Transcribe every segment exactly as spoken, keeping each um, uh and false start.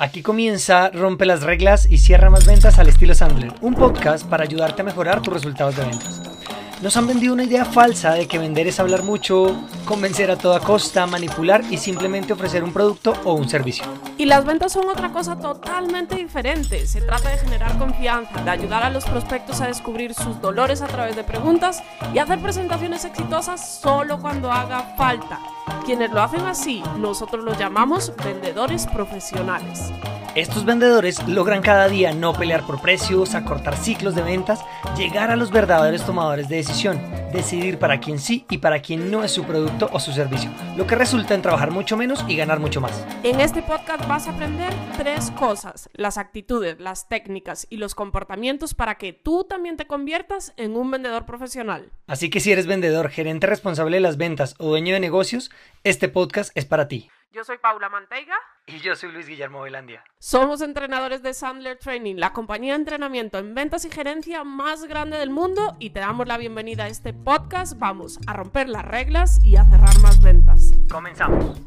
Aquí comienza Rompe las reglas y cierra más ventas al estilo Sandler, un podcast para ayudarte a mejorar tus resultados de ventas. Nos han vendido una idea falsa de que vender es hablar mucho, convencer a toda costa, manipular y simplemente ofrecer un producto o un servicio. Y las ventas son otra cosa totalmente diferente. Se trata de generar confianza, de ayudar a los prospectos a descubrir sus dolores a través de preguntas y hacer presentaciones exitosas solo cuando haga falta. Quienes lo hacen así, nosotros los llamamos vendedores profesionales. Estos vendedores logran cada día no pelear por precios, acortar ciclos de ventas, llegar a los verdaderos tomadores de decisión, decidir para quién sí y para quién no es su producto o su servicio, lo que resulta en trabajar mucho menos y ganar mucho más. En este podcast vas a aprender tres cosas: las actitudes, las técnicas y los comportamientos para que tú también te conviertas en un vendedor profesional. Así que si eres vendedor, gerente responsable de las ventas o dueño de negocios, este podcast es para ti. Yo soy Paula Manteiga. Y yo soy Luis Guillermo Velandia. Somos entrenadores de Sandler Training, la compañía de entrenamiento en ventas y gerencia más grande del mundo, y te damos la bienvenida a este podcast. Vamos a romper las reglas y a cerrar más ventas. Comenzamos.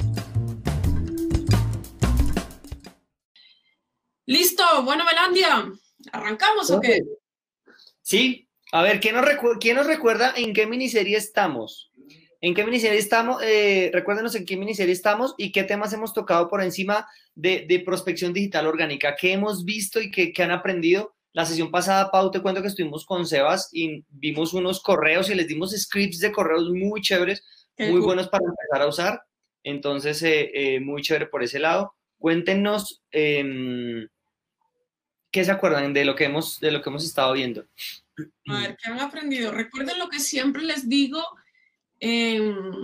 ¿Listo? Bueno, Velandia, ¿arrancamos o qué? Sí. A ver, ¿quién nos, recu- ¿quién nos recuerda en qué miniserie estamos? ¿En qué miniserie estamos? Eh, recuérdenos en qué miniserie estamos y qué temas hemos tocado por encima de, de prospección digital orgánica. ¿Qué hemos visto y qué, qué han aprendido? La sesión pasada, Pau, te cuento que estuvimos con Sebas y vimos unos correos y les dimos scripts de correos muy chéveres, muy cool. Buenos para empezar a usar. Entonces, eh, eh, muy chévere por ese lado. Cuéntenos eh, qué se acuerdan de lo que hemos, de lo que hemos estado viendo. A ver, ¿qué han aprendido? Recuerden lo que siempre les digo. Eh,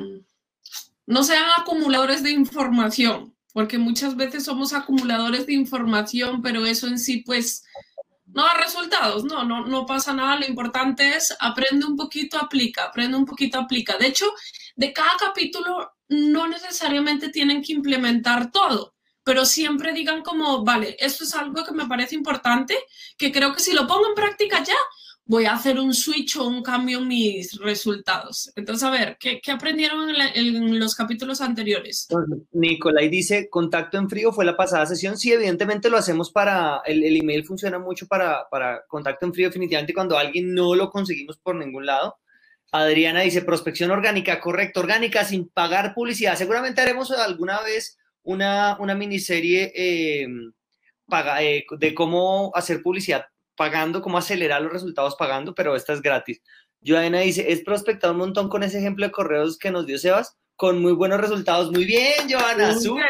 no sean acumuladores de información, porque muchas veces somos acumuladores de información, pero eso en sí pues no da resultados, no, no, no pasa nada. Lo importante es aprende un poquito, aplica, aprende un poquito, aplica. De hecho, de cada capítulo no necesariamente tienen que implementar todo, pero siempre digan como, vale, esto es algo que me parece importante, que creo que si lo pongo en práctica ya, voy a hacer un switch o un cambio en mis resultados. Entonces, a ver, ¿qué, qué aprendieron en, la, en los capítulos anteriores? Nicolai dice, contacto en frío fue la pasada sesión. Sí, evidentemente lo hacemos para, el, el email funciona mucho para, para contacto en frío, definitivamente cuando alguien no lo conseguimos por ningún lado. Adriana dice, prospección orgánica, correcto, orgánica sin pagar publicidad. Seguramente haremos alguna vez una, una miniserie eh, paga, eh, de cómo hacer publicidad pagando, cómo acelerar los resultados pagando, pero esta es gratis. Joana dice, es prospectado un montón con ese ejemplo de correos que nos dio Sebas, con muy buenos resultados. Muy bien, Joana, súper.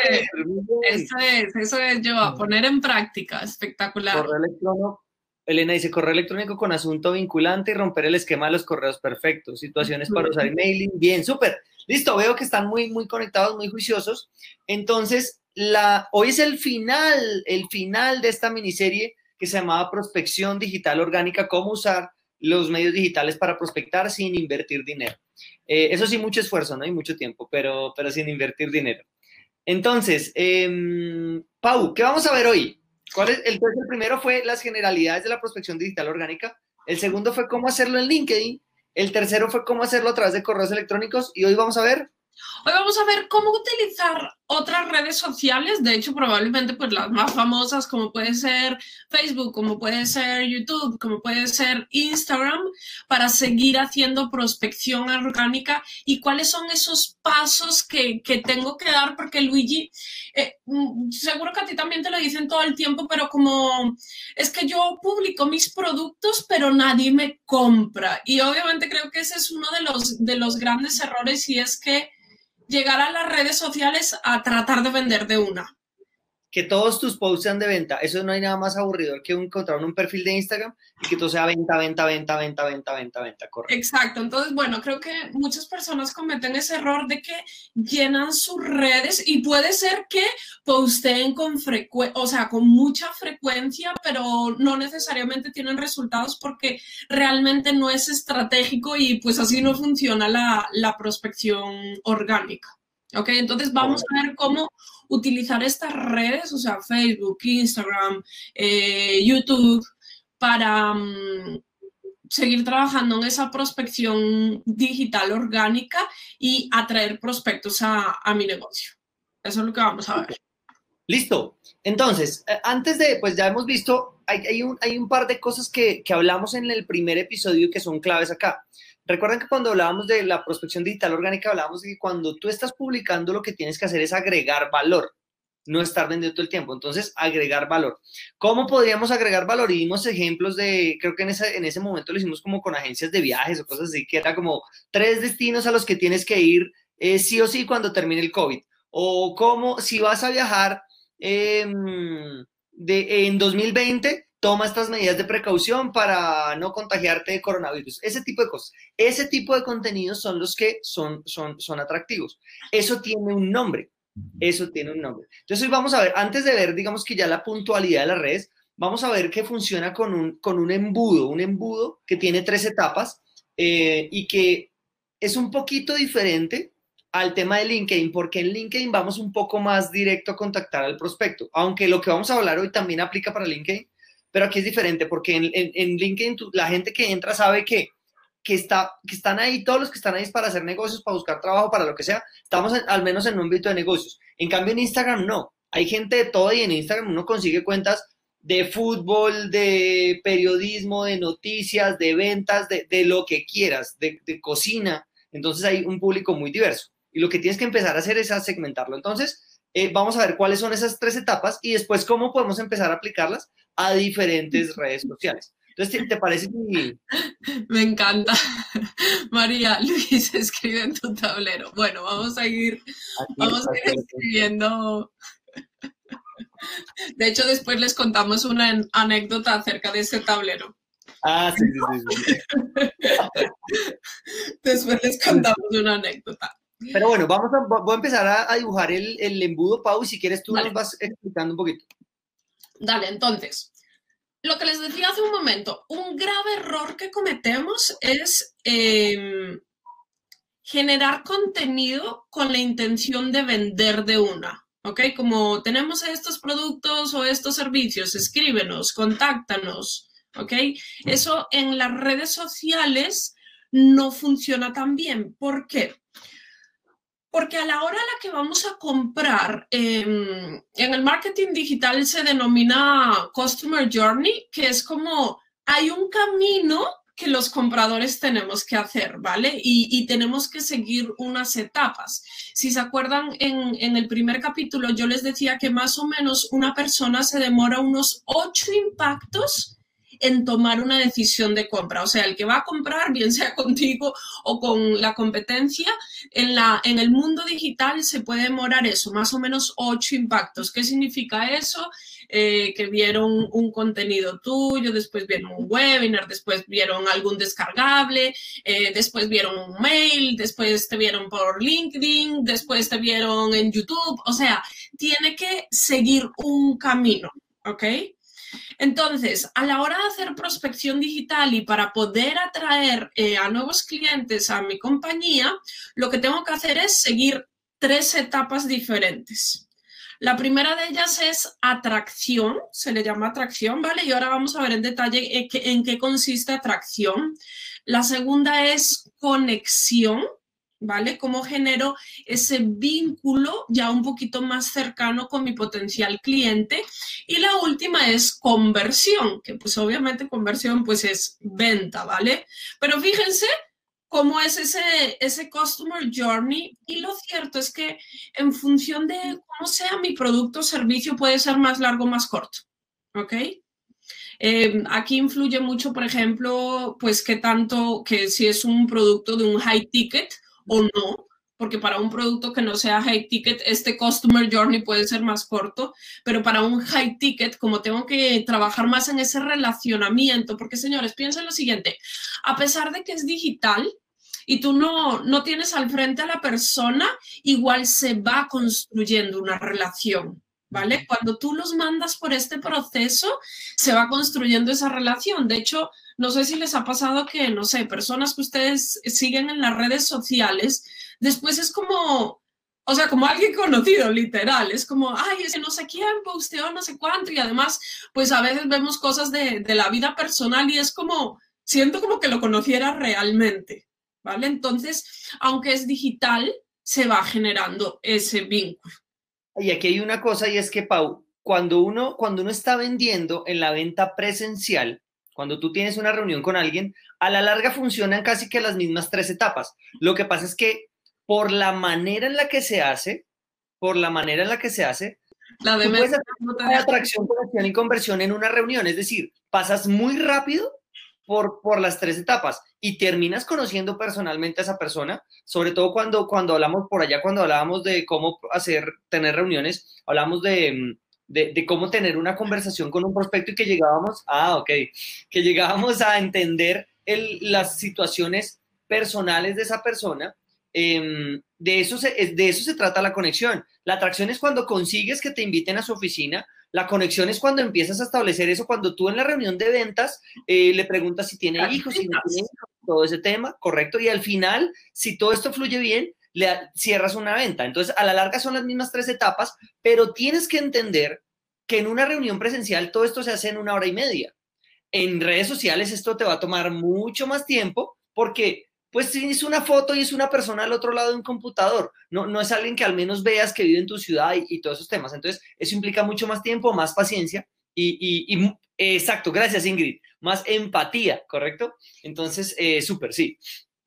Eso es, eso es, yo, a poner en práctica, espectacular. Correo electrónico, Elena dice, correo electrónico con asunto vinculante y romper el esquema de los correos perfectos, situaciones para usar emailing, bien, súper. Listo, veo que están muy, muy conectados, muy juiciosos. Entonces, la, hoy es el final, el final de esta miniserie que se llamaba Prospección Digital Orgánica, cómo usar los medios digitales para prospectar sin invertir dinero. Eh, eso sí, mucho esfuerzo, ¿no? Y mucho tiempo, pero, pero sin invertir dinero. Entonces, eh, Pau, ¿qué vamos a ver hoy? ¿Cuál es? El, el primero fue las generalidades de la prospección digital orgánica. El segundo fue cómo hacerlo en LinkedIn. El tercero fue cómo hacerlo a través de correos electrónicos. Y hoy vamos a ver... Hoy vamos a ver cómo utilizar otras redes sociales, de hecho probablemente pues las más famosas, como puede ser Facebook, como puede ser YouTube, como puede ser Instagram, para seguir haciendo prospección orgánica, y cuáles son esos pasos que, que tengo que dar, porque Luigi, eh, seguro que a ti también te lo dicen todo el tiempo, pero como es que yo publico mis productos pero nadie me compra, y obviamente creo que ese es uno de los, de los grandes errores, y es que llegar a las redes sociales a tratar de vender de una. Que todos tus posts sean de venta. Eso no hay nada más aburrido que encontrar un perfil de Instagram y que todo sea venta, venta, venta, venta, venta, venta, venta, correcto. Exacto. Entonces, bueno, creo que muchas personas cometen ese error de que llenan sus redes, y puede ser que posteen con frecuencia, o sea, con mucha frecuencia, pero no necesariamente tienen resultados porque realmente no es estratégico, y pues así no funciona la, la prospección orgánica. Ok, entonces vamos a ver cómo utilizar estas redes, o sea, Facebook, Instagram, eh, YouTube, para um, seguir trabajando en esa prospección digital orgánica y atraer prospectos a, a mi negocio. Eso es lo que vamos a ver. Listo. Entonces, eh, antes de, pues ya hemos visto, hay, hay, un, hay un par de cosas que, que hablamos en el primer episodio que son claves acá. Recuerden que cuando hablábamos de la prospección digital orgánica, hablábamos de que cuando tú estás publicando, lo que tienes que hacer es agregar valor, no estar vendiendo todo el tiempo. Entonces, agregar valor. ¿Cómo podríamos agregar valor? Y dimos ejemplos de, creo que en ese, en ese momento lo hicimos como con agencias de viajes o cosas así, que era como tres destinos a los que tienes que ir eh, sí o sí cuando termine el COVID. O cómo, si vas a viajar eh, de, en dos mil veinte, toma estas medidas de precaución para no contagiarte de coronavirus. Ese tipo de cosas. Ese tipo de contenidos son los que son, son, son atractivos. Eso tiene un nombre. Eso tiene un nombre. Entonces hoy vamos a ver, antes de ver, digamos que ya la puntualidad de las redes, vamos a ver que funciona con un, con un embudo, un embudo que tiene tres etapas eh, y que es un poquito diferente al tema de LinkedIn, porque en LinkedIn vamos un poco más directo a contactar al prospecto, aunque lo que vamos a hablar hoy también aplica para LinkedIn, pero aquí es diferente, porque en, en, en LinkedIn tú, la gente que entra sabe que, que, está, que están ahí, todos los que están ahí es para hacer negocios, para buscar trabajo, para lo que sea, estamos en, al menos en un ámbito de negocios. En cambio en Instagram no, hay gente de todo y en Instagram uno consigue cuentas de fútbol, de periodismo, de noticias, de ventas, de, de lo que quieras, de, de cocina, entonces hay un público muy diverso. Y lo que tienes que empezar a hacer es a segmentarlo. Entonces, eh, vamos a ver cuáles son esas tres etapas y después cómo podemos empezar a aplicarlas a diferentes redes sociales. Entonces, ¿te, te parece? Que... Me encanta. María Luis escribe en tu tablero. Bueno, vamos a ir, aquí, vamos a ir escribiendo. De hecho, después les contamos una anécdota acerca de ese tablero. Ah, sí, sí, sí. sí. Después les contamos una anécdota. Pero bueno, vamos a, voy a empezar a, a dibujar el, el embudo, Pau, y si quieres tú Dale. nos vas explicando un poquito. Dale, entonces, lo que les decía hace un momento, un grave error que cometemos es eh, generar contenido con la intención de vender de una, ¿ok? Como tenemos estos productos o estos servicios, escríbenos, contáctanos, ¿ok? Eso en las redes sociales no funciona tan bien. ¿Por qué? Porque a la hora a la que vamos a comprar, eh, en el marketing digital se denomina Customer Journey, que es como hay un camino que los compradores tenemos que hacer, ¿vale? Y, y tenemos que seguir unas etapas. Si se acuerdan, en, en el primer capítulo yo les decía que más o menos una persona se demora unos ocho impactos en tomar una decisión de compra. O sea, el que va a comprar, bien sea contigo o con la competencia, en, la, en el mundo digital se puede demorar eso, más o menos ocho impactos. ¿Qué significa eso? Eh, que vieron un contenido tuyo, después vieron un webinar, después vieron algún descargable, eh, después vieron un mail, después te vieron por LinkedIn, después te vieron en YouTube. O sea, tiene que seguir un camino, ¿ok? Entonces, a la hora de hacer prospección digital y para poder atraer eh, a nuevos clientes a mi compañía, lo que tengo que hacer es seguir tres etapas diferentes. La primera de ellas es atracción, se le llama atracción, ¿vale? Y ahora vamos a ver en detalle en qué, en qué consiste atracción. La segunda es conexión, ¿vale? Cómo genero ese vínculo ya un poquito más cercano con mi potencial cliente. Y la última es conversión, que pues obviamente conversión pues es venta, ¿vale? Pero fíjense cómo es ese, ese customer journey, y lo cierto es que en función de cómo sea mi producto o servicio puede ser más largo o más corto, ¿ok? Eh, aquí influye mucho, por ejemplo, pues qué tanto, que si es un producto de un high ticket o no, porque para un producto que no sea high ticket, este customer journey puede ser más corto, pero para un high ticket, como tengo que trabajar más en ese relacionamiento, porque señores, piensen lo siguiente, a pesar de que es digital y tú no, no tienes al frente a la persona, igual se va construyendo una relación, ¿vale? Cuando tú los mandas por este proceso, se va construyendo esa relación. De hecho, no sé si les ha pasado que, no sé, personas que ustedes siguen en las redes sociales, después es como, o sea, como alguien conocido, literal. Es como, ay, ese no sé quién posteó no sé cuánto. Y además, pues a veces vemos cosas de, de la vida personal y es como, siento como que lo conociera realmente, ¿vale? Entonces, aunque es digital, se va generando ese vínculo. Y aquí hay una cosa y es que, Pau, cuando uno, cuando uno está vendiendo en la venta presencial, cuando tú tienes una reunión con alguien, a la larga funcionan casi que las mismas tres etapas. Lo que pasa es que por la manera en la que se hace, por la manera en la que se hace, La de tú puedes hacer no te una atracción, conversión y conversión en una reunión. Es decir, pasas muy rápido por, por las tres etapas y terminas conociendo personalmente a esa persona, sobre todo cuando, cuando hablamos por allá, cuando hablábamos de cómo hacer, tener reuniones, hablamos de, de, de cómo tener una conversación con un prospecto y que llegábamos, ah, ok, que llegábamos a entender el, las situaciones personales de esa persona. Eh, de, eso se, de eso se trata la conexión. La atracción es cuando consigues que te inviten a su oficina. La conexión es cuando empiezas a establecer eso, cuando tú en la reunión de ventas eh, le preguntas si tiene hijos, si no tiene hijos, todo ese tema, correcto. Y al final, si todo esto fluye bien, le cierras una venta. Entonces, a la larga son las mismas tres etapas, pero tienes que entender que en una reunión presencial todo esto se hace en una hora y media. En redes sociales esto te va a tomar mucho más tiempo porque pues es una foto y es una persona al otro lado de un computador. No, no es alguien que al menos veas que vive en tu ciudad y, y todos esos temas. Entonces, eso implica mucho más tiempo, más paciencia y, y, y eh, exacto, gracias Ingrid, más empatía, ¿correcto? Entonces, eh, súper, sí.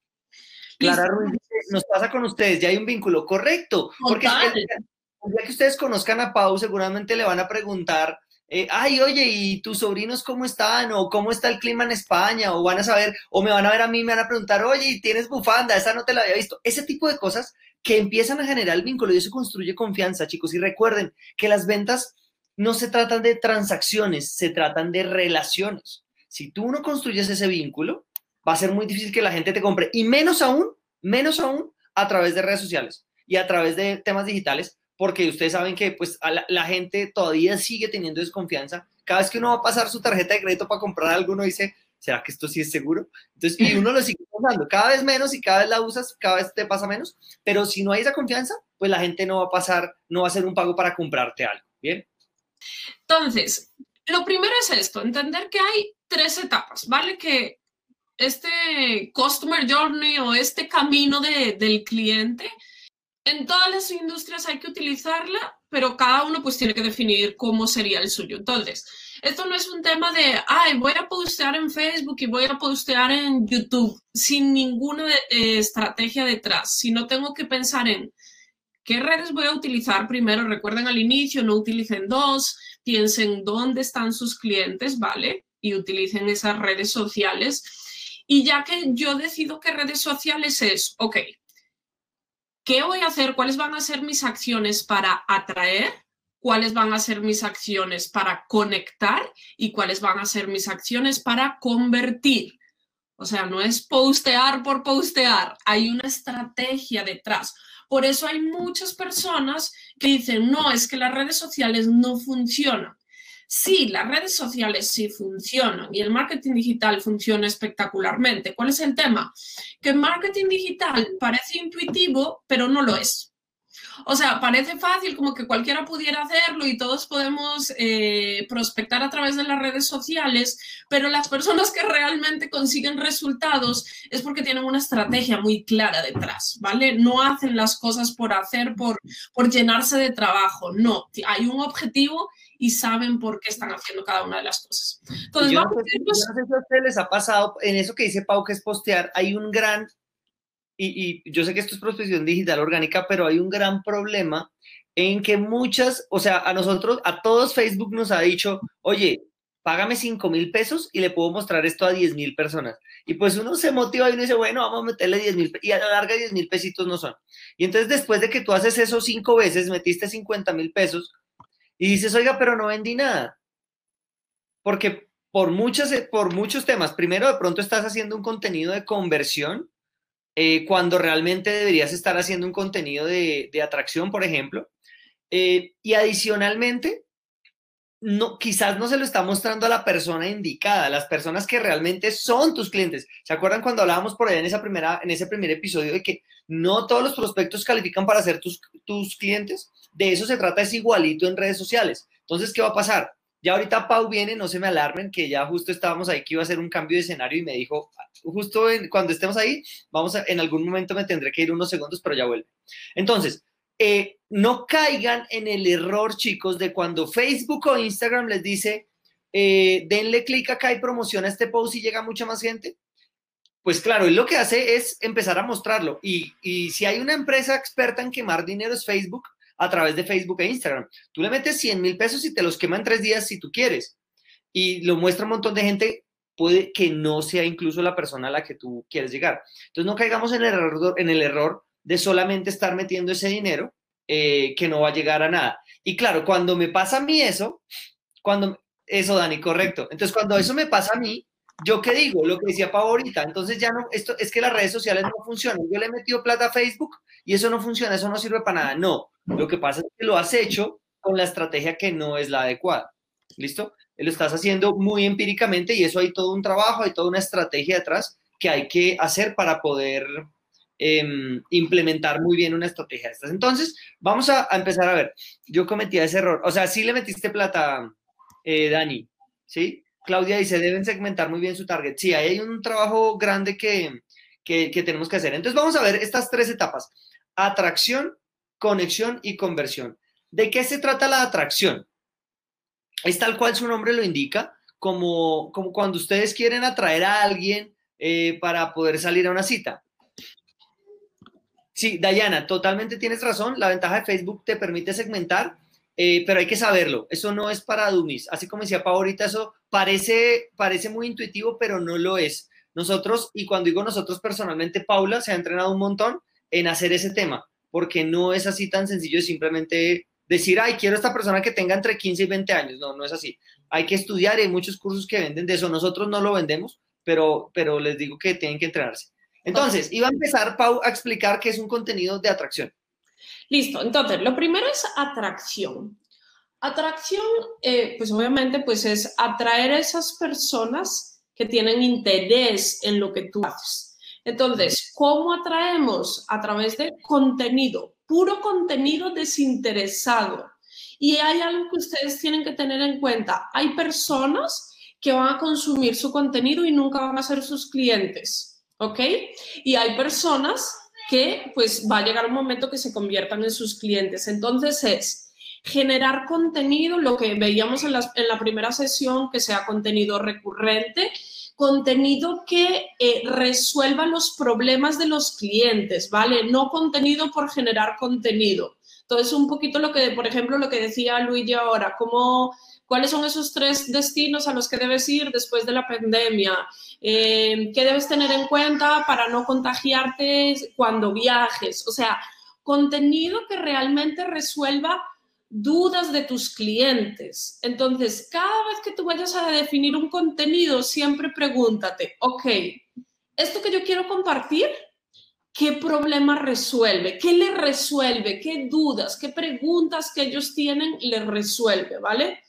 Clara Ruiz dice, nos pasa con ustedes, ya hay un vínculo, correcto. Porque el, el día que ustedes conozcan a Pau, seguramente le van a preguntar, Eh, ay, oye, ¿y tus sobrinos cómo están? O ¿cómo está el clima en España? O van a saber, o me van a ver a mí, me van a preguntar, oye, ¿tienes bufanda? Esa no te la había visto. Ese tipo de cosas que empiezan a generar el vínculo y eso construye confianza, chicos. Y recuerden que las ventas no se tratan de transacciones, se tratan de relaciones. Si tú no construyes ese vínculo, va a ser muy difícil que la gente te compre. Y menos aún, menos aún a través de redes sociales y a través de temas digitales, porque ustedes saben que pues, a la, la gente todavía sigue teniendo desconfianza. Cada vez que uno va a pasar su tarjeta de crédito para comprar algo, uno dice, ¿será que esto sí es seguro? Entonces, y uno lo sigue usando, cada vez menos y cada vez la usas, cada vez te pasa menos, pero si no hay esa confianza, pues la gente no va a pasar, no va a hacer un pago para comprarte algo, ¿bien? Entonces, lo primero es esto, entender que hay tres etapas, ¿vale? Que este customer journey o este camino de, del cliente, en todas las industrias hay que utilizarla, pero cada uno pues tiene que definir cómo sería el suyo. Entonces, esto no es un tema de, ay, voy a postear en Facebook y voy a postear en YouTube sin ninguna eh, estrategia detrás, sino tengo que pensar en qué redes voy a utilizar primero. Recuerden al inicio, no utilicen dos, piensen dónde están sus clientes, ¿vale? Y utilicen esas redes sociales. Y ya que yo decido qué redes sociales es, ok, ¿qué voy a hacer? ¿Cuáles van a ser mis acciones para atraer? ¿Cuáles van a ser mis acciones para conectar? ¿Y cuáles van a ser mis acciones para convertir? O sea, no es postear por postear, hay una estrategia detrás. Por eso hay muchas personas que dicen, no, es que las redes sociales no funcionan. Sí, las redes sociales sí funcionan y el marketing digital funciona espectacularmente. ¿Cuál es el tema? Que el marketing digital parece intuitivo, pero no lo es. O sea, parece fácil, como que cualquiera pudiera hacerlo y todos podemos eh, prospectar a través de las redes sociales, pero las personas que realmente consiguen resultados es porque tienen una estrategia muy clara detrás, ¿vale? No hacen las cosas por hacer, por, por llenarse de trabajo, no. Hay un objetivo y saben por qué están haciendo cada una de las cosas. Entonces, yo, vamos no sé, yo no sé si a ustedes les ha pasado, en eso que dice Pau, que es postear, hay un gran... Y, y yo sé que esto es prospección digital orgánica, pero hay un gran problema en que muchas, o sea, a nosotros, a todos Facebook nos ha dicho, oye, págame cinco mil pesos y le puedo mostrar esto a diez mil personas. Y pues uno se motiva y uno dice, bueno, vamos a meterle diez mil, y a la larga diez mil pesitos no son. Y entonces después de que tú haces eso cinco veces, metiste cincuenta mil pesos y dices, oiga, pero no vendí nada. Porque por, muchas, por muchos temas, primero de pronto estás haciendo un contenido de conversión, Eh, cuando realmente deberías estar haciendo un contenido de, de atracción, por ejemplo. Eh, y adicionalmente, no, quizás no se lo está mostrando a la persona indicada, las personas que realmente son tus clientes. ¿Se acuerdan cuando hablábamos por allá en, esa primera, en ese primer episodio de que no todos los prospectos califican para ser tus, tus clientes? De eso se trata, es igualito en redes sociales. Entonces, ¿qué va a pasar? Ya ahorita Pau viene, no se me alarmen, que ya justo estábamos ahí que iba a hacer un cambio de escenario y me dijo, justo en, cuando estemos ahí, vamos a, en algún momento me tendré que ir unos segundos, pero ya vuelve. Entonces, eh, no caigan en el error, chicos, de cuando Facebook o Instagram les dice, eh, denle clic acá y promociona este post y llega mucha más gente. Pues claro, él lo que hace es empezar a mostrarlo. Y, y si hay una empresa experta en quemar dinero es Facebook, a través de Facebook e Instagram. Tú le metes cien mil pesos y te los quema en tres días si tú quieres. Y lo muestra un montón de gente, puede que no sea incluso la persona a la que tú quieres llegar. Entonces no caigamos en el error, en el error de solamente estar metiendo ese dinero eh, que no va a llegar a nada. Y claro, cuando me pasa a mí eso, cuando, eso Dani, correcto. Entonces cuando eso me pasa a mí, ¿yo qué digo? Lo que decía Pau ahorita, entonces ya no, esto es que las redes sociales no funcionan. Yo le he metido plata a Facebook y eso no funciona, eso no sirve para nada. No, lo que pasa es que lo has hecho con la estrategia que no es la adecuada. ¿Listo? Lo estás haciendo muy empíricamente y eso hay todo un trabajo, hay toda una estrategia detrás que hay que hacer para poder eh, implementar muy bien una estrategia de estas. Entonces, vamos a, a empezar a ver. Yo cometí ese error. O sea, sí le metiste plata, eh, Dani, ¿sí? Claudia dice, deben segmentar muy bien su target. Sí, ahí hay un trabajo grande que, que, que tenemos que hacer. Entonces, vamos a ver estas tres etapas. Atracción, conexión y conversión. ¿De qué se trata la atracción? Es tal cual su nombre lo indica, como, como cuando ustedes quieren atraer a alguien eh, para poder salir a una cita. Sí, Dayana, totalmente tienes razón. La ventaja de Facebook te permite segmentar, eh, pero hay que saberlo. Eso no es para dummies. Así como decía Pau ahorita, eso parece, parece muy intuitivo, pero no lo es. Nosotros, y cuando digo nosotros personalmente, Paula se ha entrenado un montón en hacer ese tema, porque no es así tan sencillo de simplemente decir, ay, quiero a esta persona que tenga entre quince y veinte años. No, no es así. Hay que estudiar y hay muchos cursos que venden de eso. Nosotros no lo vendemos, pero, pero les digo que tienen que entrenarse. Entonces, iba a empezar, Pau, a explicar qué es un contenido de atracción. Listo. Entonces, lo primero es atracción. Atracción, eh, pues obviamente, pues es atraer a esas personas que tienen interés en lo que tú haces. Entonces, ¿cómo atraemos? A través de contenido, puro contenido desinteresado. Y hay algo que ustedes tienen que tener en cuenta. Hay personas que van a consumir su contenido y nunca van a ser sus clientes, ¿ok? Y hay personas que, pues, va a llegar un momento que se conviertan en sus clientes. Entonces, es generar contenido, lo que veíamos en la, en la primera sesión, que sea contenido recurrente, contenido que eh, resuelva los problemas de los clientes, ¿vale? No contenido por generar contenido. Entonces, un poquito lo que, por ejemplo, lo que decía Luigi ahora, cómo, cuáles son esos tres destinos a los que debes ir después de la pandemia, eh, qué debes tener en cuenta para no contagiarte cuando viajes. O sea, contenido que realmente resuelva dudas de tus clientes. Entonces, cada vez que tú vayas a definir un contenido, siempre pregúntate, ok, esto que yo quiero compartir, ¿qué problema resuelve? ¿Qué le resuelve? ¿Qué dudas? ¿Qué preguntas que ellos tienen le resuelve? ¿Vale?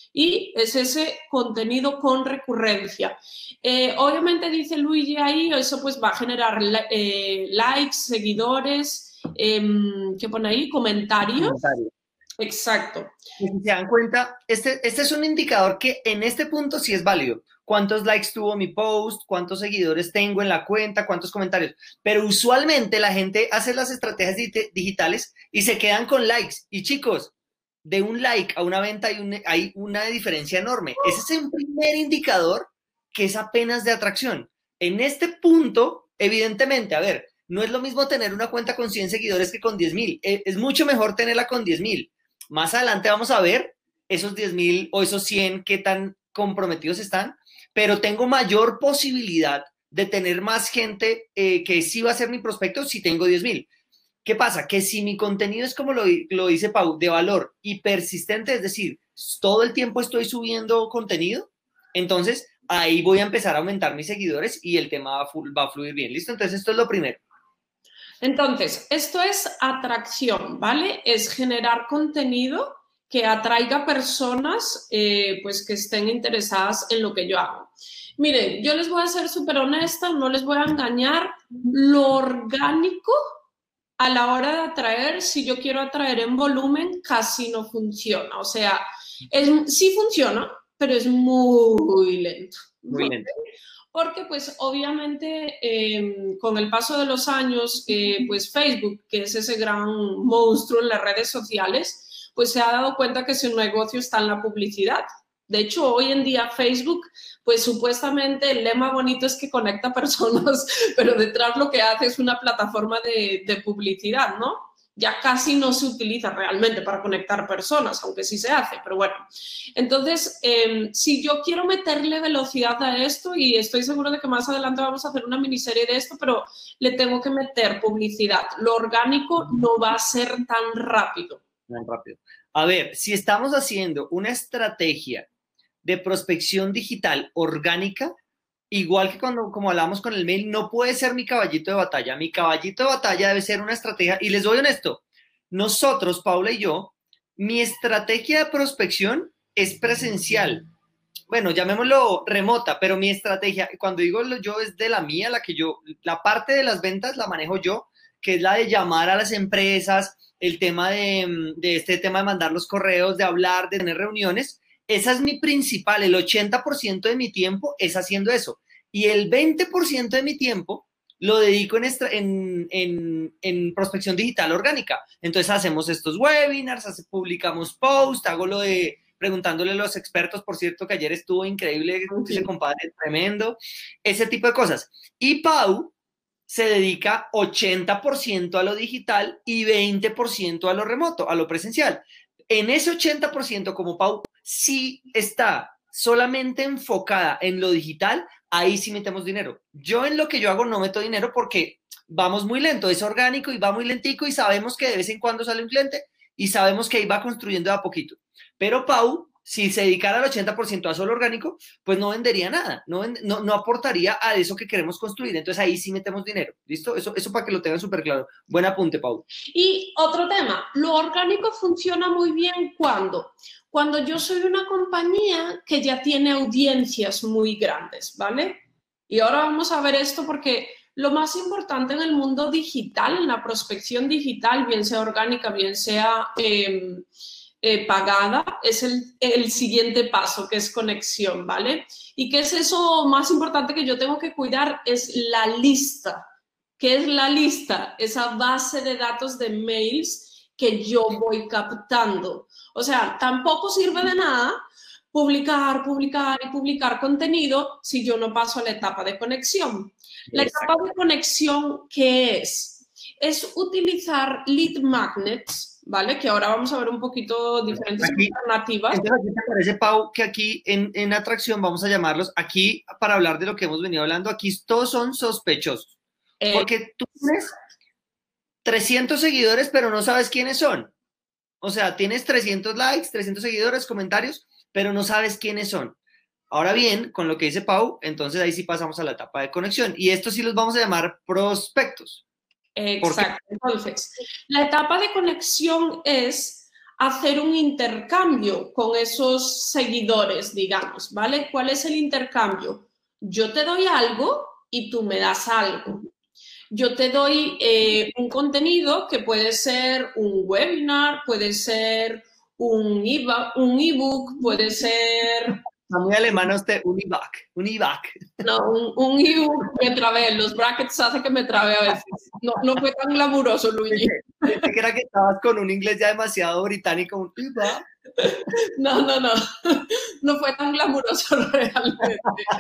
Y es ese contenido con recurrencia. Eh, obviamente, dice Luigi ahí, eso pues va a generar eh, likes, seguidores, eh, ¿qué pone ahí? Comentarios. Comentarios. Exacto. Y si se dan cuenta, este, este es un indicador que en este punto sí es válido. ¿Cuántos likes tuvo mi post? ¿Cuántos seguidores tengo en la cuenta? ¿Cuántos comentarios? Pero usualmente la gente hace las estrategias digitales y se quedan con likes. Y chicos, de un like a una venta hay, un, hay una diferencia enorme. Ese es el primer indicador que es apenas de atracción. En este punto, evidentemente, a ver, no es lo mismo tener una cuenta con cien seguidores que con diez mil. Es mucho mejor tenerla con diez mil. Más adelante vamos a ver esos diez mil o esos cien qué tan comprometidos están, pero tengo mayor posibilidad de tener más gente eh, que sí va a ser mi prospecto si tengo diez mil. ¿Qué pasa? Que si mi contenido es como lo, lo dice Pau, de valor y persistente, es decir, todo el tiempo estoy subiendo contenido, entonces ahí voy a empezar a aumentar mis seguidores y el tema va a, va a fluir bien. ¿Listo? Entonces esto es lo primero. Entonces, esto es atracción, ¿vale? Es generar contenido que atraiga personas eh, pues que estén interesadas en lo que yo hago. Miren, yo les voy a ser súper honesta, no les voy a engañar. Lo orgánico a la hora de atraer, si yo quiero atraer en volumen, casi no funciona. O sea, es, sí funciona, pero es muy lento. Muy lento. Porque, pues, obviamente, eh, con el paso de los años, eh, pues Facebook, que es ese gran monstruo en las redes sociales, pues se ha dado cuenta que su negocio está en la publicidad. De hecho, hoy en día Facebook, pues supuestamente el lema bonito es que conecta personas, pero detrás lo que hace es una plataforma de, de publicidad, ¿no? Ya casi no se utiliza realmente para conectar personas, aunque sí se hace, pero bueno. Entonces, eh, si yo quiero meterle velocidad a esto, y estoy seguro de que más adelante vamos a hacer una miniserie de esto, pero le tengo que meter publicidad. Lo orgánico no va a ser tan rápido. Tan rápido. A ver, si estamos haciendo una estrategia de prospección digital orgánica, igual que cuando, como hablamos con el mail, no puede ser mi caballito de batalla. Mi caballito de batalla debe ser una estrategia, y les doy honesto, nosotros, Paula y yo, mi estrategia de prospección es presencial. Bueno, llamémoslo remota, pero mi estrategia, cuando digo yo, es de la mía, la que yo, la parte de las ventas la manejo yo, que es la de llamar a las empresas, el tema de, de este tema de mandar los correos, de hablar, de tener reuniones. Esa es mi principal, el ochenta por ciento de mi tiempo es haciendo eso. Y el veinte por ciento de mi tiempo lo dedico en, esta, en, en, en prospección digital orgánica. Entonces hacemos estos webinars, hace, publicamos posts, hago lo de preguntándole a los expertos, por cierto, que ayer estuvo increíble, Sí. ese compadre tremendo, ese tipo de cosas. Y Pau se dedica ochenta por ciento a lo digital y veinte por ciento a lo remoto, a lo presencial. En ese ochenta por ciento, como Pau sí está solamente enfocada en lo digital, ahí sí metemos dinero. Yo en lo que yo hago no meto dinero porque vamos muy lento, es orgánico y va muy lentico y sabemos que de vez en cuando sale un cliente y sabemos que ahí va construyendo de a poquito. Pero Pau, si se dedicara al ochenta por ciento a solo orgánico, pues no vendería nada, no, no, no aportaría a eso que queremos construir. Entonces ahí sí metemos dinero. ¿Listo? Eso, eso para que lo tengan súper claro. Buen apunte, Pau. Y otro tema, lo orgánico funciona muy bien cuando, cuando yo soy una compañía que ya tiene audiencias muy grandes, ¿vale? Y ahora vamos a ver esto porque lo más importante en el mundo digital, en la prospección digital, bien sea orgánica, bien sea eh, eh, pagada, es el, el siguiente paso, que es conexión, ¿vale? ¿Y qué es eso más importante que yo tengo que cuidar? Es la lista. ¿Qué es la lista? Esa base de datos de mails que yo voy captando. O sea, tampoco sirve de nada publicar, publicar y publicar contenido si yo no paso a la etapa de conexión. La etapa de conexión, ¿qué es? Es utilizar lead magnets, ¿vale? Que ahora vamos a ver un poquito diferentes Aquí, alternativas. Entonces, aquí te parece, Pau, que aquí en, en atracción vamos a llamarlos, aquí para hablar de lo que hemos venido hablando, aquí todos son sospechosos. Porque tú tienes trescientos seguidores, pero no sabes quiénes son. O sea, tienes trescientos likes, trescientos seguidores, comentarios, pero no sabes quiénes son. Ahora bien, con lo que dice Pau, entonces ahí sí pasamos a la etapa de conexión. Y estos sí los vamos a llamar prospectos. Exacto. Entonces, la etapa de conexión es hacer un intercambio con esos seguidores, digamos, ¿vale? ¿Cuál es el intercambio? Yo te doy algo y tú me das algo. Yo te doy eh, un contenido que puede ser un webinar, puede ser un ebook, un ebook puede ser... Está muy alemán usted, un ebook, un ebook. No, un, un ebook me trabé, los brackets hace que me trabe a veces. No, no fue tan glamuroso, Luigi. Pensé que era que estabas con un inglés ya demasiado británico, un ebook. No, no, no, no fue tan glamuroso realmente.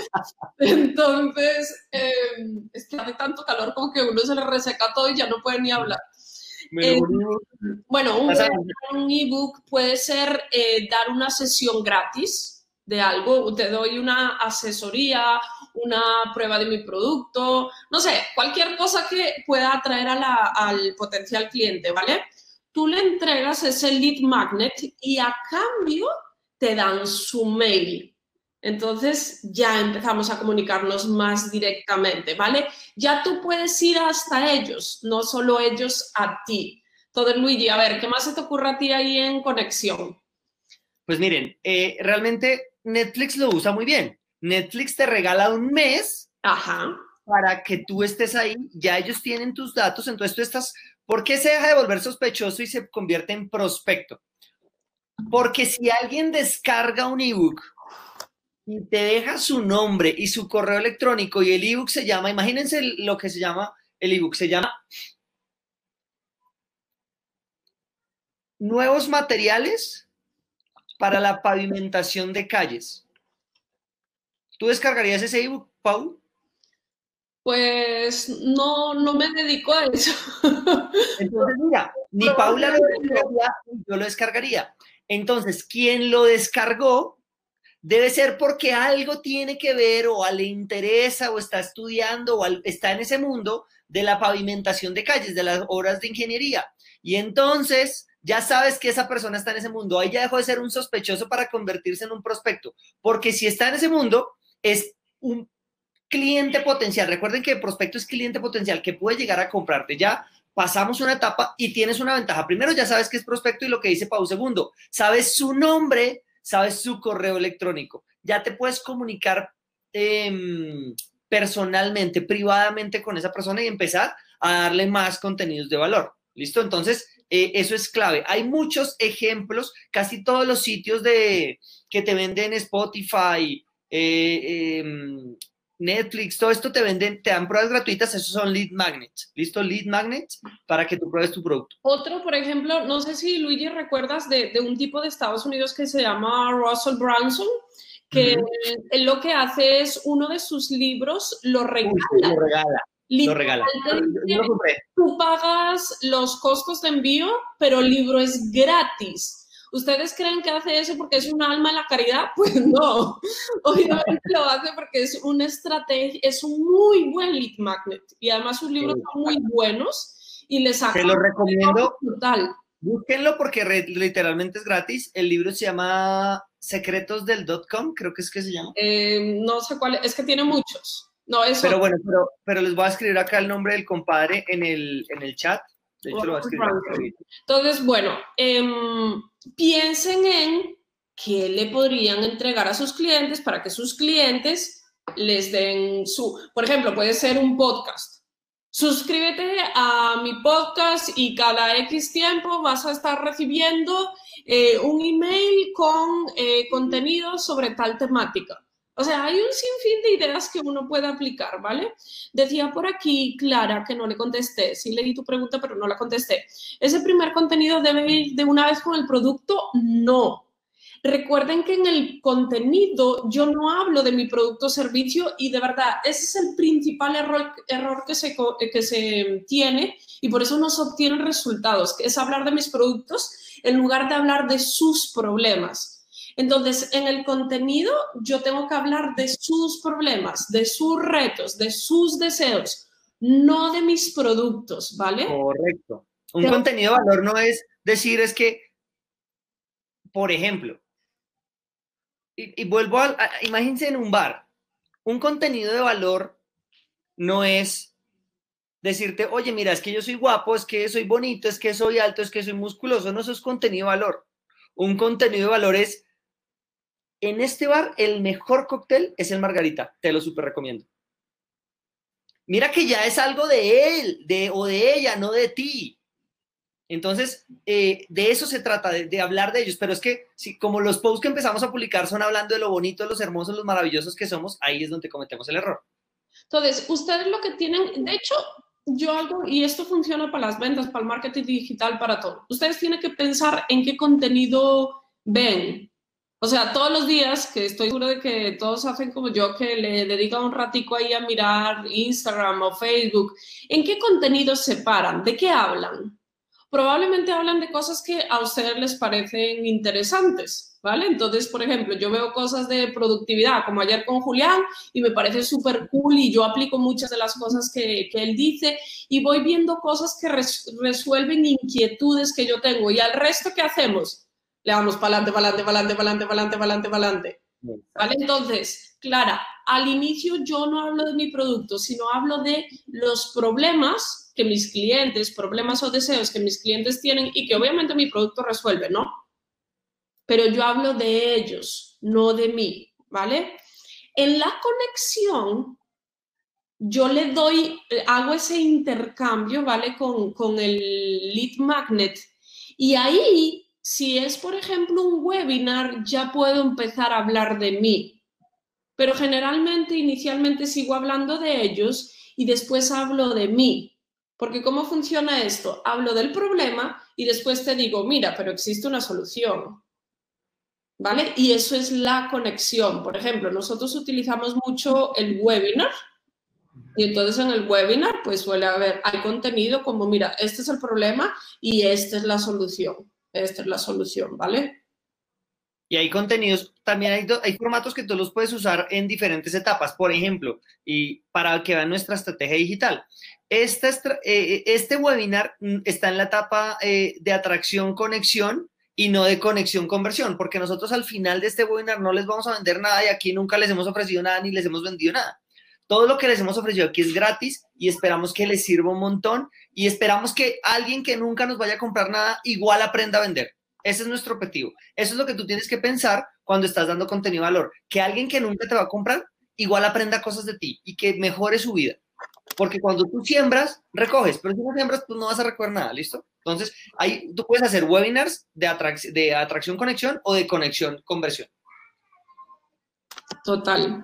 Entonces, eh, es que hace tanto calor como que uno se le reseca todo y ya no puede ni hablar. Eh, bueno, un, un ebook puede ser eh, dar una sesión gratis de algo, te doy una asesoría, una prueba de mi producto, no sé, cualquier cosa que pueda atraer a la, al potencial cliente, ¿vale? Tú le entregas ese lead magnet y a cambio te dan su mail. Entonces ya empezamos a comunicarnos más directamente, ¿vale? Ya tú puedes ir hasta ellos, no solo ellos a ti. Entonces, Luigi, a ver, ¿qué más se te ocurre a ti ahí en conexión? Pues miren, eh, realmente Netflix lo usa muy bien. Netflix te regala un mes Ajá. para que tú estés ahí, ya ellos tienen tus datos, entonces tú estás... ¿Por qué se deja de volver sospechoso y se convierte en prospecto? Porque si alguien descarga un ebook y te deja su nombre y su correo electrónico y el ebook se llama, imagínense lo que se llama el ebook, se llama Nuevos materiales para la pavimentación de calles. ¿Tú descargarías ese ebook, Paul? Pues no, no me dedico a eso. Entonces, mira, ni Paula lo descargaría, yo lo descargaría. Entonces, quien lo descargó debe ser porque algo tiene que ver o le interesa o está estudiando o está en ese mundo de la pavimentación de calles, de las obras de ingeniería. Y entonces ya sabes que esa persona está en ese mundo. Ahí ya dejó de ser un sospechoso para convertirse en un prospecto. Porque si está en ese mundo, es un cliente potencial. Recuerden que el prospecto es cliente potencial que puede llegar a comprarte. Ya pasamos una etapa y tienes una ventaja. Primero, ya sabes que es prospecto y lo que dice Pau. Segundo, sabes su nombre, sabes su correo electrónico. Ya te puedes comunicar eh, personalmente, privadamente con esa persona y empezar a darle más contenidos de valor. ¿Listo? Entonces, eh, eso es clave. Hay muchos ejemplos, casi todos los sitios de, que te venden Spotify, eh, eh, Netflix, todo esto te venden, te dan pruebas gratuitas, esos son lead magnets, ¿listo? Lead magnets para que tú pruebes tu producto. Otro, por ejemplo, no sé si Luigi recuerdas de, de un tipo de Estados Unidos que se llama Russell Brunson, que uh-huh. él, él lo que hace es uno de sus libros lo regala. Uy, lo regala. Lo regala. Yo, yo lo compré. Tú pagas los costos de envío, pero el libro es gratis. ¿Ustedes creen que hace eso porque es un alma de la caridad? Pues no. Obviamente lo hace porque es una estrategia, es un muy buen lead magnet. Y además sus libros son muy buenos y les sacan. Te lo recomiendo. Total. Búsquenlo porque re, literalmente es gratis. El libro se llama Secretos del dot com, creo que es que se llama. Eh, no sé cuál, es que tiene muchos. No, eso. Pero bueno, pero, pero les voy a escribir acá el nombre del compadre en el, en el chat. De hecho, lo voy a escribir. Entonces, bueno, eh, piensen en qué le podrían entregar a sus clientes para que sus clientes les den su... Por ejemplo, puede ser un podcast. Suscríbete a mi podcast y cada X tiempo vas a estar recibiendo eh, un email con eh, contenido sobre tal temática. O sea, hay un sinfín de ideas que uno puede aplicar, ¿vale? Decía por aquí Clara, que no le contesté. Sí leí tu pregunta, pero no la contesté. ¿Ese primer contenido debe ir de una vez con el producto? No. Recuerden que en el contenido yo no hablo de mi producto o servicio y de verdad, ese es el principal error, error que, se, que se tiene y por eso no se obtienen resultados, que es hablar de mis productos en lugar de hablar de sus problemas. Entonces, en el contenido yo tengo que hablar de sus problemas, de sus retos, de sus deseos, no de mis productos, ¿vale? Correcto. Un Pero, contenido de valor no es decir, es que, por ejemplo, y, y vuelvo a, a, imagínense en un bar, un contenido de valor no es decirte, oye, mira, es que yo soy guapo, es que soy bonito, es que soy alto, es que soy musculoso, no, eso es contenido de valor. Un contenido de valor es, en este bar, el mejor cóctel es el Margarita. Te lo súper recomiendo. Mira que ya es algo de él de, o de ella, no de ti. Entonces, eh, de eso se trata, de, de hablar de ellos. Pero es que, si, como los posts que empezamos a publicar son hablando de lo bonito, los hermosos, los maravillosos que somos, ahí es donde cometemos el error. Entonces, ustedes lo que tienen, de hecho, yo hago, y esto funciona para las ventas, para el marketing digital, para todo. Ustedes tienen que pensar en qué contenido ven. O sea, todos los días, que estoy seguro de que todos hacen como yo, que le dedican un ratico ahí a mirar Instagram o Facebook, ¿en qué contenidos se paran? ¿De qué hablan? Probablemente hablan de cosas que a ustedes les parecen interesantes, ¿vale? Entonces, por ejemplo, yo veo cosas de productividad, como ayer con Julián, y me parece súper cool y yo aplico muchas de las cosas que, que él dice y voy viendo cosas que res, resuelven inquietudes que yo tengo. ¿Y al resto qué hacemos? Le damos para adelante, para adelante, para adelante, para adelante, para adelante, para adelante, para adelante. ¿Vale? Entonces, Clara, al inicio yo no hablo de mi producto, sino hablo de los problemas que mis clientes, problemas o deseos que mis clientes tienen y que obviamente mi producto resuelve, ¿no? Pero yo hablo de ellos, no de mí, ¿vale? En la conexión, yo le doy, hago ese intercambio, ¿vale? Con, con el lead magnet y ahí... Si es, por ejemplo, un webinar, ya puedo empezar a hablar de mí, pero generalmente inicialmente sigo hablando de ellos y después hablo de mí. Porque ¿cómo funciona esto? Hablo del problema y después te digo, mira, pero existe una solución, ¿vale? Y eso es la conexión. Por ejemplo, nosotros utilizamos mucho el webinar y entonces en el webinar pues suele haber, hay contenido como, mira, este es el problema y esta es la solución. Esta es la solución, ¿vale? Y hay contenidos, también hay, hay formatos que tú los puedes usar en diferentes etapas, por ejemplo, y para que vean nuestra estrategia digital. Esta, eh, este webinar está en la etapa eh, de atracción, conexión y no de conexión, conversión, porque nosotros al final de este webinar no les vamos a vender nada y aquí nunca les hemos ofrecido nada ni les hemos vendido nada. Todo lo que les hemos ofrecido aquí es gratis y esperamos que les sirva un montón y esperamos que alguien que nunca nos vaya a comprar nada igual aprenda a vender. Ese es nuestro objetivo. Eso es lo que tú tienes que pensar cuando estás dando contenido de valor. Que alguien que nunca te va a comprar, igual aprenda cosas de ti y que mejore su vida. Porque cuando tú siembras, recoges. Pero si no siembras, pues no vas a recoger nada, ¿listo? Entonces, ahí tú puedes hacer webinars de, atrac de atracción, conexión o de conexión, conversión. Total.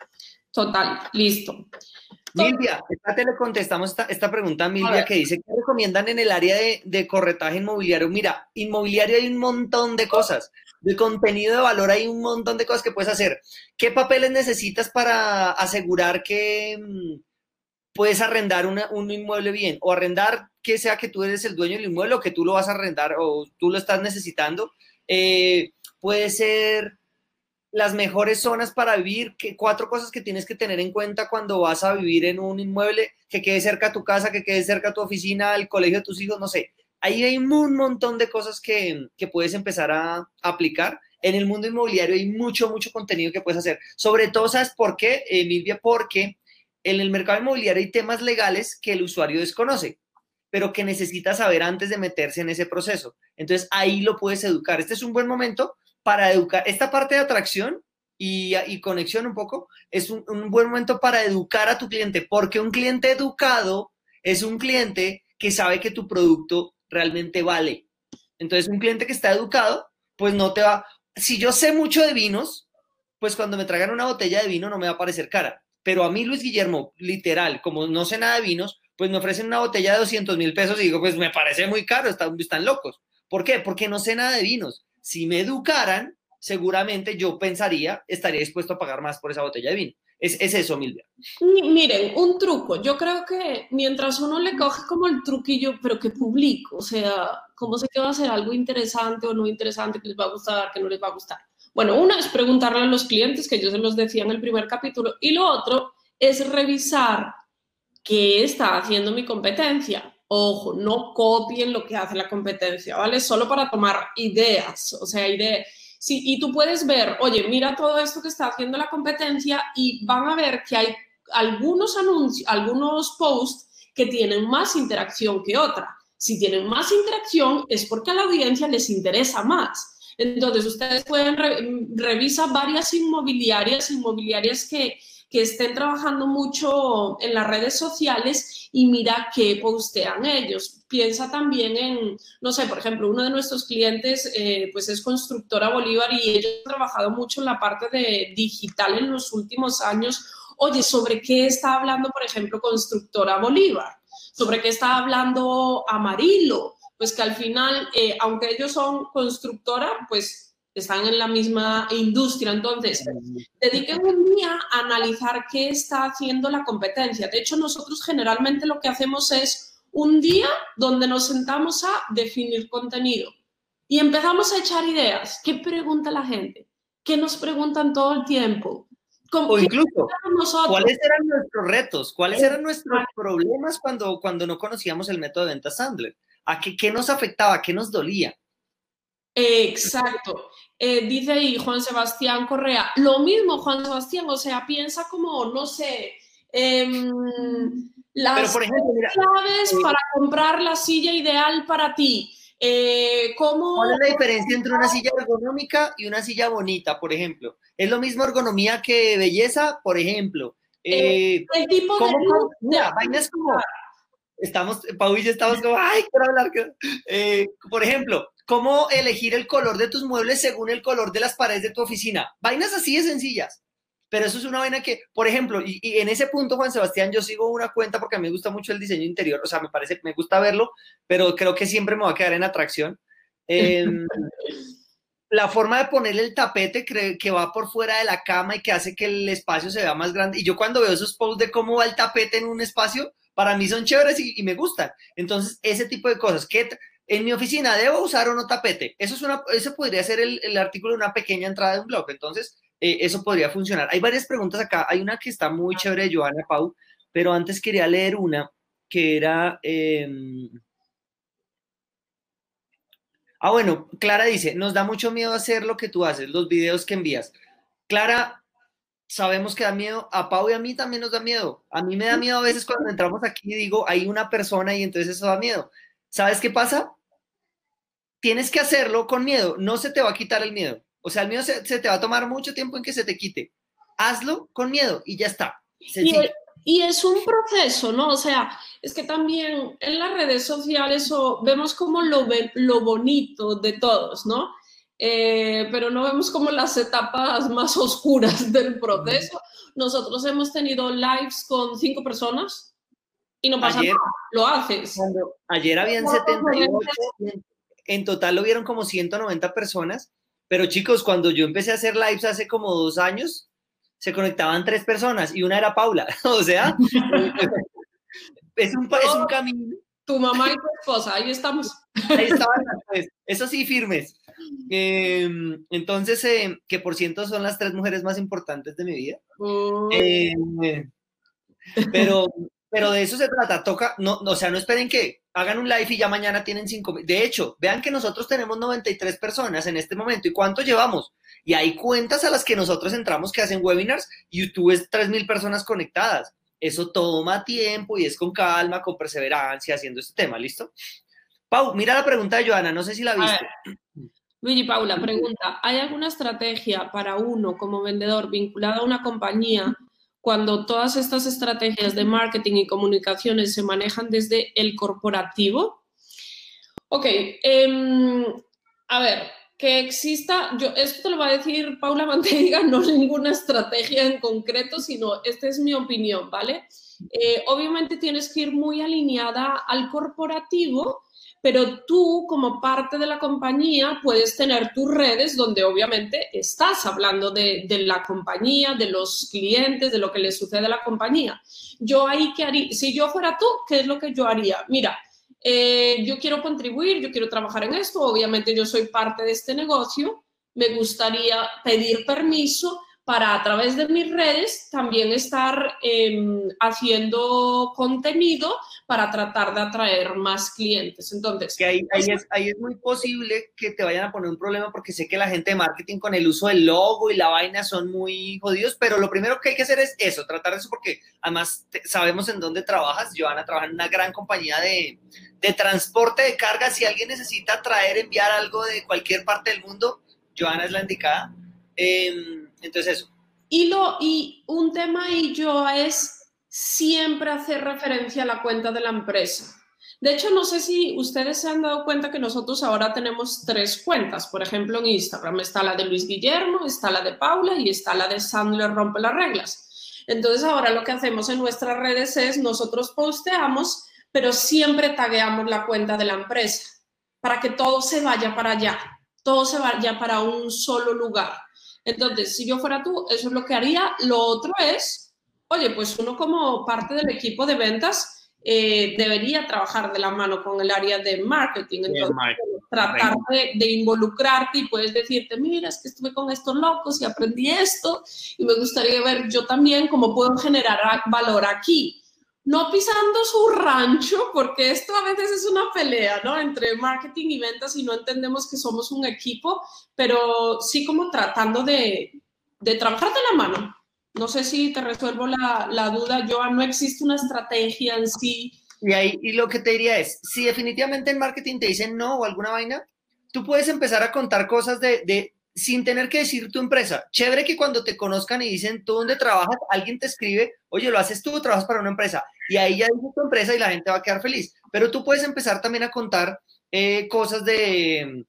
Total. Listo. Milvia, te le contestamos esta, esta pregunta a Milvia, que dice, ¿qué recomiendan en el área de, de corretaje inmobiliario? Mira, inmobiliario hay un montón de cosas, de contenido de valor hay un montón de cosas que puedes hacer. ¿Qué papeles necesitas para asegurar que mmm, puedes arrendar una, un inmueble bien? O arrendar, que sea que tú eres el dueño del inmueble o que tú lo vas a arrendar o tú lo estás necesitando. Eh, puede ser las mejores zonas para vivir, que cuatro cosas que tienes que tener en cuenta cuando vas a vivir en un inmueble, que quede cerca a tu casa, que quede cerca a tu oficina, el colegio de tus hijos, no sé. Ahí hay un montón de cosas que, que puedes empezar a aplicar. En el mundo inmobiliario hay mucho, mucho contenido que puedes hacer. Sobre todo, ¿sabes por qué, Milvia? Porque en el mercado inmobiliario hay temas legales que el usuario desconoce, pero que necesita saber antes de meterse en ese proceso. Entonces, ahí lo puedes educar. Este es un buen momento para educar. Esta parte de atracción y, y conexión un poco es un, un buen momento para educar a tu cliente, porque un cliente educado es un cliente que sabe que tu producto realmente vale. Entonces, un cliente que está educado, pues no te va... Si yo sé mucho de vinos, pues cuando me traigan una botella de vino no me va a parecer cara. Pero a mí, Luis Guillermo, literal, como no sé nada de vinos, pues me ofrecen una botella de doscientos mil pesos y digo, pues me parece muy caro, están, están locos. ¿Por qué? Porque no sé nada de vinos. Si me educaran, seguramente yo pensaría, estaría dispuesto a pagar más por esa botella de vino. Es, es eso, Milvia. Miren, un truco. Yo creo que mientras uno le coge como el truquillo, pero que publico, o sea, cómo sé que va a ser algo interesante o no interesante, que les va a gustar, que no les va a gustar. Bueno, una es preguntarle a los clientes, que yo se los decía en el primer capítulo, y lo otro es revisar qué está haciendo mi competencia. Ojo, no copien lo que hace la competencia, ¿vale? Solo para tomar ideas, o sea, ideas. Sí, y tú puedes ver, oye, mira todo esto que está haciendo la competencia y van a ver que hay algunos anuncios, algunos posts que tienen más interacción que otra. Si tienen más interacción es porque a la audiencia les interesa más. Entonces, ustedes pueden re revisar varias inmobiliarias, inmobiliarias que, que estén trabajando mucho en las redes sociales y mira qué postean ellos. Piensa también en, no sé, por ejemplo, uno de nuestros clientes eh, pues es Constructora Bolívar y ellos han trabajado mucho en la parte de digital en los últimos años. Oye, ¿sobre qué está hablando, por ejemplo, Constructora Bolívar? ¿Sobre qué está hablando Amarillo? Pues que al final, eh, aunque ellos son constructora, pues están en la misma industria. Entonces, dediquen un día a analizar qué está haciendo la competencia. De hecho, nosotros generalmente lo que hacemos es un día donde nos sentamos a definir contenido y empezamos a echar ideas. ¿Qué pregunta la gente? ¿Qué nos preguntan todo el tiempo? O incluso, ¿cuáles eran nuestros retos? ¿Cuáles eran nuestros problemas cuando, cuando no conocíamos el método de ventas Sandler? ¿A qué, qué nos afectaba? ¿Qué nos dolía? Exacto. Eh, dice ahí Juan Sebastián Correa, lo mismo, Juan Sebastián, o sea, piensa como, no sé, eh, las Pero, por ejemplo, mira, claves eh, para comprar la silla ideal para ti. Eh, ¿cómo... ¿Cuál es la diferencia entre una silla ergonómica y una silla bonita, por ejemplo? ¿Es lo mismo ergonomía que belleza, por ejemplo? Eh, el tipo ¿cómo, de... cómo? Mira, vainas como... Estamos, Pau y yo estamos como, ay, quiero hablar. Eh, por ejemplo, ¿cómo elegir el color de tus muebles según el color de las paredes de tu oficina? Vainas así de sencillas. pero eso es una vaina que, por ejemplo, y, y en ese punto, Juan Sebastián, yo sigo una cuenta porque a mí me gusta mucho el diseño interior, o sea, me parece, me gusta verlo, pero creo que siempre me va a quedar en atracción. Eh, la forma de ponerle el tapete que, que va por fuera de la cama y que hace que el espacio se vea más grande. Y yo cuando veo esos posts de cómo va el tapete en un espacio, para mí son chéveres y, y me gustan. Entonces, ese tipo de cosas. ¿Qué en mi oficina debo usar o no tapete? Eso, es una, eso podría ser el, el artículo de una pequeña entrada de un blog. Entonces, eh, eso podría funcionar. Hay varias preguntas acá. Hay una que está muy chévere de Joana Pau, pero antes quería leer una que era... Eh, Ah, bueno, Clara dice, nos da mucho miedo hacer lo que tú haces, los videos que envías. Clara, sabemos que da miedo, a Pau y a mí también nos da miedo. A mí me da miedo a veces cuando entramos aquí y digo, hay una persona y entonces eso da miedo. ¿Sabes qué pasa? Tienes que hacerlo con miedo, no se te va a quitar el miedo. O sea, el miedo se, se te va a tomar mucho tiempo en que se te quite. Hazlo con miedo y ya está. Sencillo. Y, y es un proceso, ¿no? O sea, es que también en las redes sociales o, vemos como lo, lo bonito de todos, ¿no? Eh, pero no vemos como las etapas más oscuras del proceso. Nosotros hemos tenido lives con cinco personas y no pasa ayer, nada, lo haces. Cuando, ayer habían setenta y ocho, en total lo vieron como ciento noventa personas, pero chicos, cuando yo empecé a hacer lives hace como dos años, se conectaban tres personas y una era Paula, o sea, es un, es un camino. Tu mamá y tu esposa, ahí estamos. Ahí estaban las tres, eso sí, firmes. Eh, entonces, eh, que por ciento son las tres mujeres más importantes de mi vida. Uh. Eh, pero, pero de eso se trata, toca, no, no, o sea, no esperen que hagan un live y ya mañana tienen cinco mil. De hecho, vean que nosotros tenemos noventa y tres personas en este momento. ¿Y cuánto llevamos? Y hay cuentas a las que nosotros entramos que hacen webinars y tú ves tres mil personas conectadas. Eso toma tiempo y es con calma, con perseverancia, haciendo este tema, ¿listo? Pau, mira la pregunta de Joana, no sé si la viste. Luigi, Paula, pregunta, ¿hay alguna estrategia para uno como vendedor vinculado a una compañía cuando todas estas estrategias de marketing y comunicaciones se manejan desde el corporativo? Ok, eh, a ver, que exista, yo, esto te lo va a decir Paula Manteiga, no ninguna estrategia en concreto, sino esta es mi opinión, ¿vale? Eh, obviamente tienes que ir muy alineada al corporativo, pero tú como parte de la compañía puedes tener tus redes donde obviamente estás hablando de, de la compañía, de los clientes, de lo que le sucede a la compañía. Yo ahí, ¿qué haría? Si yo fuera tú, ¿qué es lo que yo haría? Mira, eh, yo quiero contribuir, yo quiero trabajar en esto, obviamente yo soy parte de este negocio, me gustaría pedir permiso para a través de mis redes también estar eh, haciendo contenido para tratar de atraer más clientes. Entonces, que ahí, ahí, es, ahí es muy posible que te vayan a poner un problema porque sé que la gente de marketing con el uso del logo y la vaina son muy jodidos, pero lo primero que hay que hacer es eso, tratar eso porque además te, sabemos en dónde trabajas. Joana trabaja en una gran compañía de, de transporte de carga. Si alguien necesita traer, enviar algo de cualquier parte del mundo, Joana es la indicada. Eh, Entonces eso. Y, lo, y un tema y yo es siempre hacer referencia a la cuenta de la empresa. De hecho, no sé si ustedes se han dado cuenta que nosotros ahora tenemos tres cuentas. Por ejemplo, en Instagram está la de Luis Guillermo, está la de Paula y está la de Sandler Rompe las Reglas. Entonces, ahora lo que hacemos en nuestras redes es nosotros posteamos, pero siempre tagueamos la cuenta de la empresa para que todo se vaya para allá, todo se vaya para un solo lugar. Entonces, si yo fuera tú, eso es lo que haría. Lo otro es, oye, pues uno como parte del equipo de ventas eh, debería trabajar de la mano con el área de marketing. Entonces, marketing. tratar de, de involucrarte y puedes decirte, mira, es que estuve con estos locos y aprendí esto y me gustaría ver yo también cómo puedo generar valor aquí. No pisando su rancho, porque esto a veces es una pelea, ¿no? Entre marketing y ventas y no entendemos que somos un equipo, pero sí como tratando de, de trabajar de la mano. No sé si te resuelvo la, la duda, Joan, no existe una estrategia en sí. Y, ahí, y lo que te diría es, si definitivamente en marketing te dicen no o alguna vaina, tú puedes empezar a contar cosas de... de sin tener que decir tu empresa. Chévere que cuando te conozcan y dicen tú dónde trabajas, alguien te escribe, oye, ¿lo haces tú o trabajas para una empresa? Y ahí ya dice tu empresa y la gente va a quedar feliz. Pero tú puedes empezar también a contar eh, cosas de,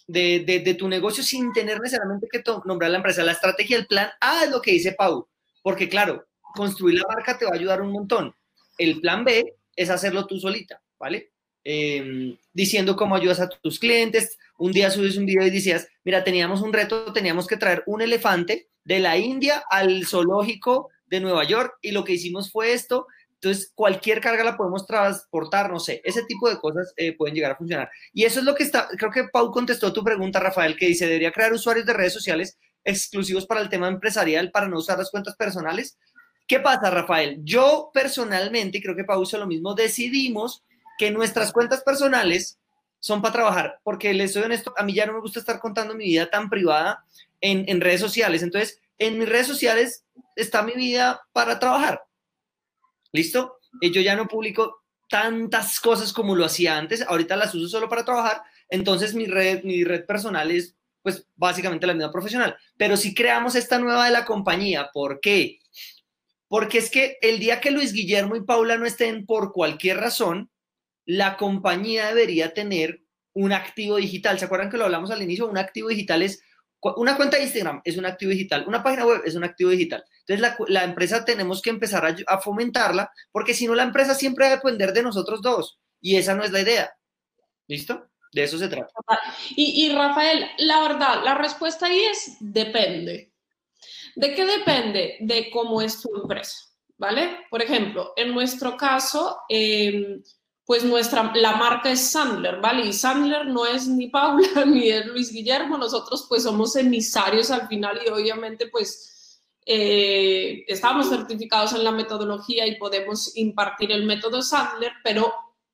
de, de, de tu negocio sin tener necesariamente que nombrar la empresa. La estrategia, el plan A es lo que dice Pau, porque claro, construir la marca te va a ayudar un montón. El plan B es hacerlo tú solita, ¿vale? Eh, diciendo cómo ayudas a tus clientes. Un día subes un video y decías, mira, teníamos un reto, teníamos que traer un elefante de la India al zoológico de Nueva York y lo que hicimos fue esto. Entonces, cualquier carga la podemos transportar, no sé, ese tipo de cosas eh, pueden llegar a funcionar. Y eso es lo que está, creo que Pau contestó tu pregunta, Rafael, que dice, ¿debería crear usuarios de redes sociales exclusivos para el tema empresarial para no usar las cuentas personales? ¿Qué pasa, Rafael? Yo personalmente, y creo que Pau hizo lo mismo, decidimos que nuestras cuentas personales son para trabajar, porque les soy honesto, a mí ya no me gusta estar contando mi vida tan privada en, en redes sociales. Entonces, en mis redes sociales está mi vida para trabajar. ¿Listo? Y yo ya no publico tantas cosas como lo hacía antes, ahorita las uso solo para trabajar, entonces mi red, mi red personal es pues básicamente la misma profesional, pero si creamos esta nueva de la compañía, ¿por qué? Porque es que el día que Luis Guillermo y Paula no estén por cualquier razón, la compañía debería tener un activo digital. ¿Se acuerdan que lo hablamos al inicio? Un activo digital es, una cuenta de Instagram es un activo digital, una página web es un activo digital. Entonces la, la empresa tenemos que empezar a, a fomentarla, porque si no la empresa siempre va a depender de nosotros dos, y esa no es la idea. ¿Listo? De eso se trata. Y, y Rafael, la verdad, la respuesta ahí es depende. ¿De qué depende? De cómo es tu empresa, ¿vale? Por ejemplo, en nuestro caso, eh, pues nuestra, la marca es Sandler, ¿vale? Y Sandler no es ni Paula ni es Luis Guillermo, nosotros pues somos emisarios al final y obviamente pues eh, estamos certificados en la metodología y podemos impartir el método Sandler, pero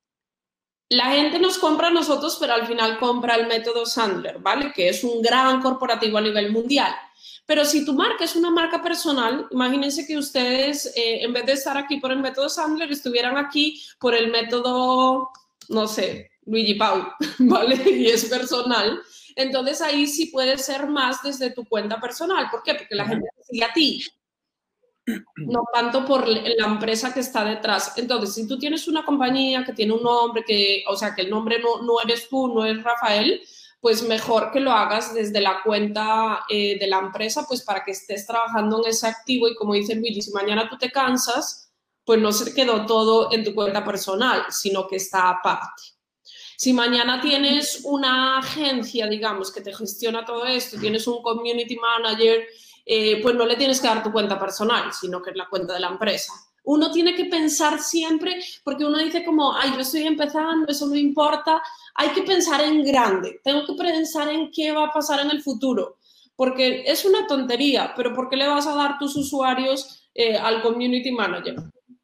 la gente nos compra a nosotros, pero al final compra el método Sandler, ¿vale? Que es un gran corporativo a nivel mundial. Pero si tu marca es una marca personal, imagínense que ustedes, eh, en vez de estar aquí por el método Sandler, estuvieran aquí por el método, no sé, Luigi Pau, ¿vale? Y es personal. Entonces ahí sí puede ser más desde tu cuenta personal. ¿Por qué? Porque la gente te sigue a ti, no tanto por la empresa que está detrás. Entonces, si tú tienes una compañía que tiene un nombre, que, o sea, que el nombre no, no eres tú, no es Rafael, pues mejor que lo hagas desde la cuenta eh, de la empresa, pues para que estés trabajando en ese activo y como dice Luigi, si mañana tú te cansas, pues no se quedó todo en tu cuenta personal, sino que está aparte. Si mañana tienes una agencia, digamos, que te gestiona todo esto, tienes un community manager, eh, pues no le tienes que dar tu cuenta personal, sino que es la cuenta de la empresa. Uno tiene que pensar siempre, porque uno dice como, ay, yo estoy empezando, eso no importa. Hay que pensar en grande, tengo que pensar en qué va a pasar en el futuro, porque es una tontería, pero ¿por qué le vas a dar tus usuarios eh, al community manager?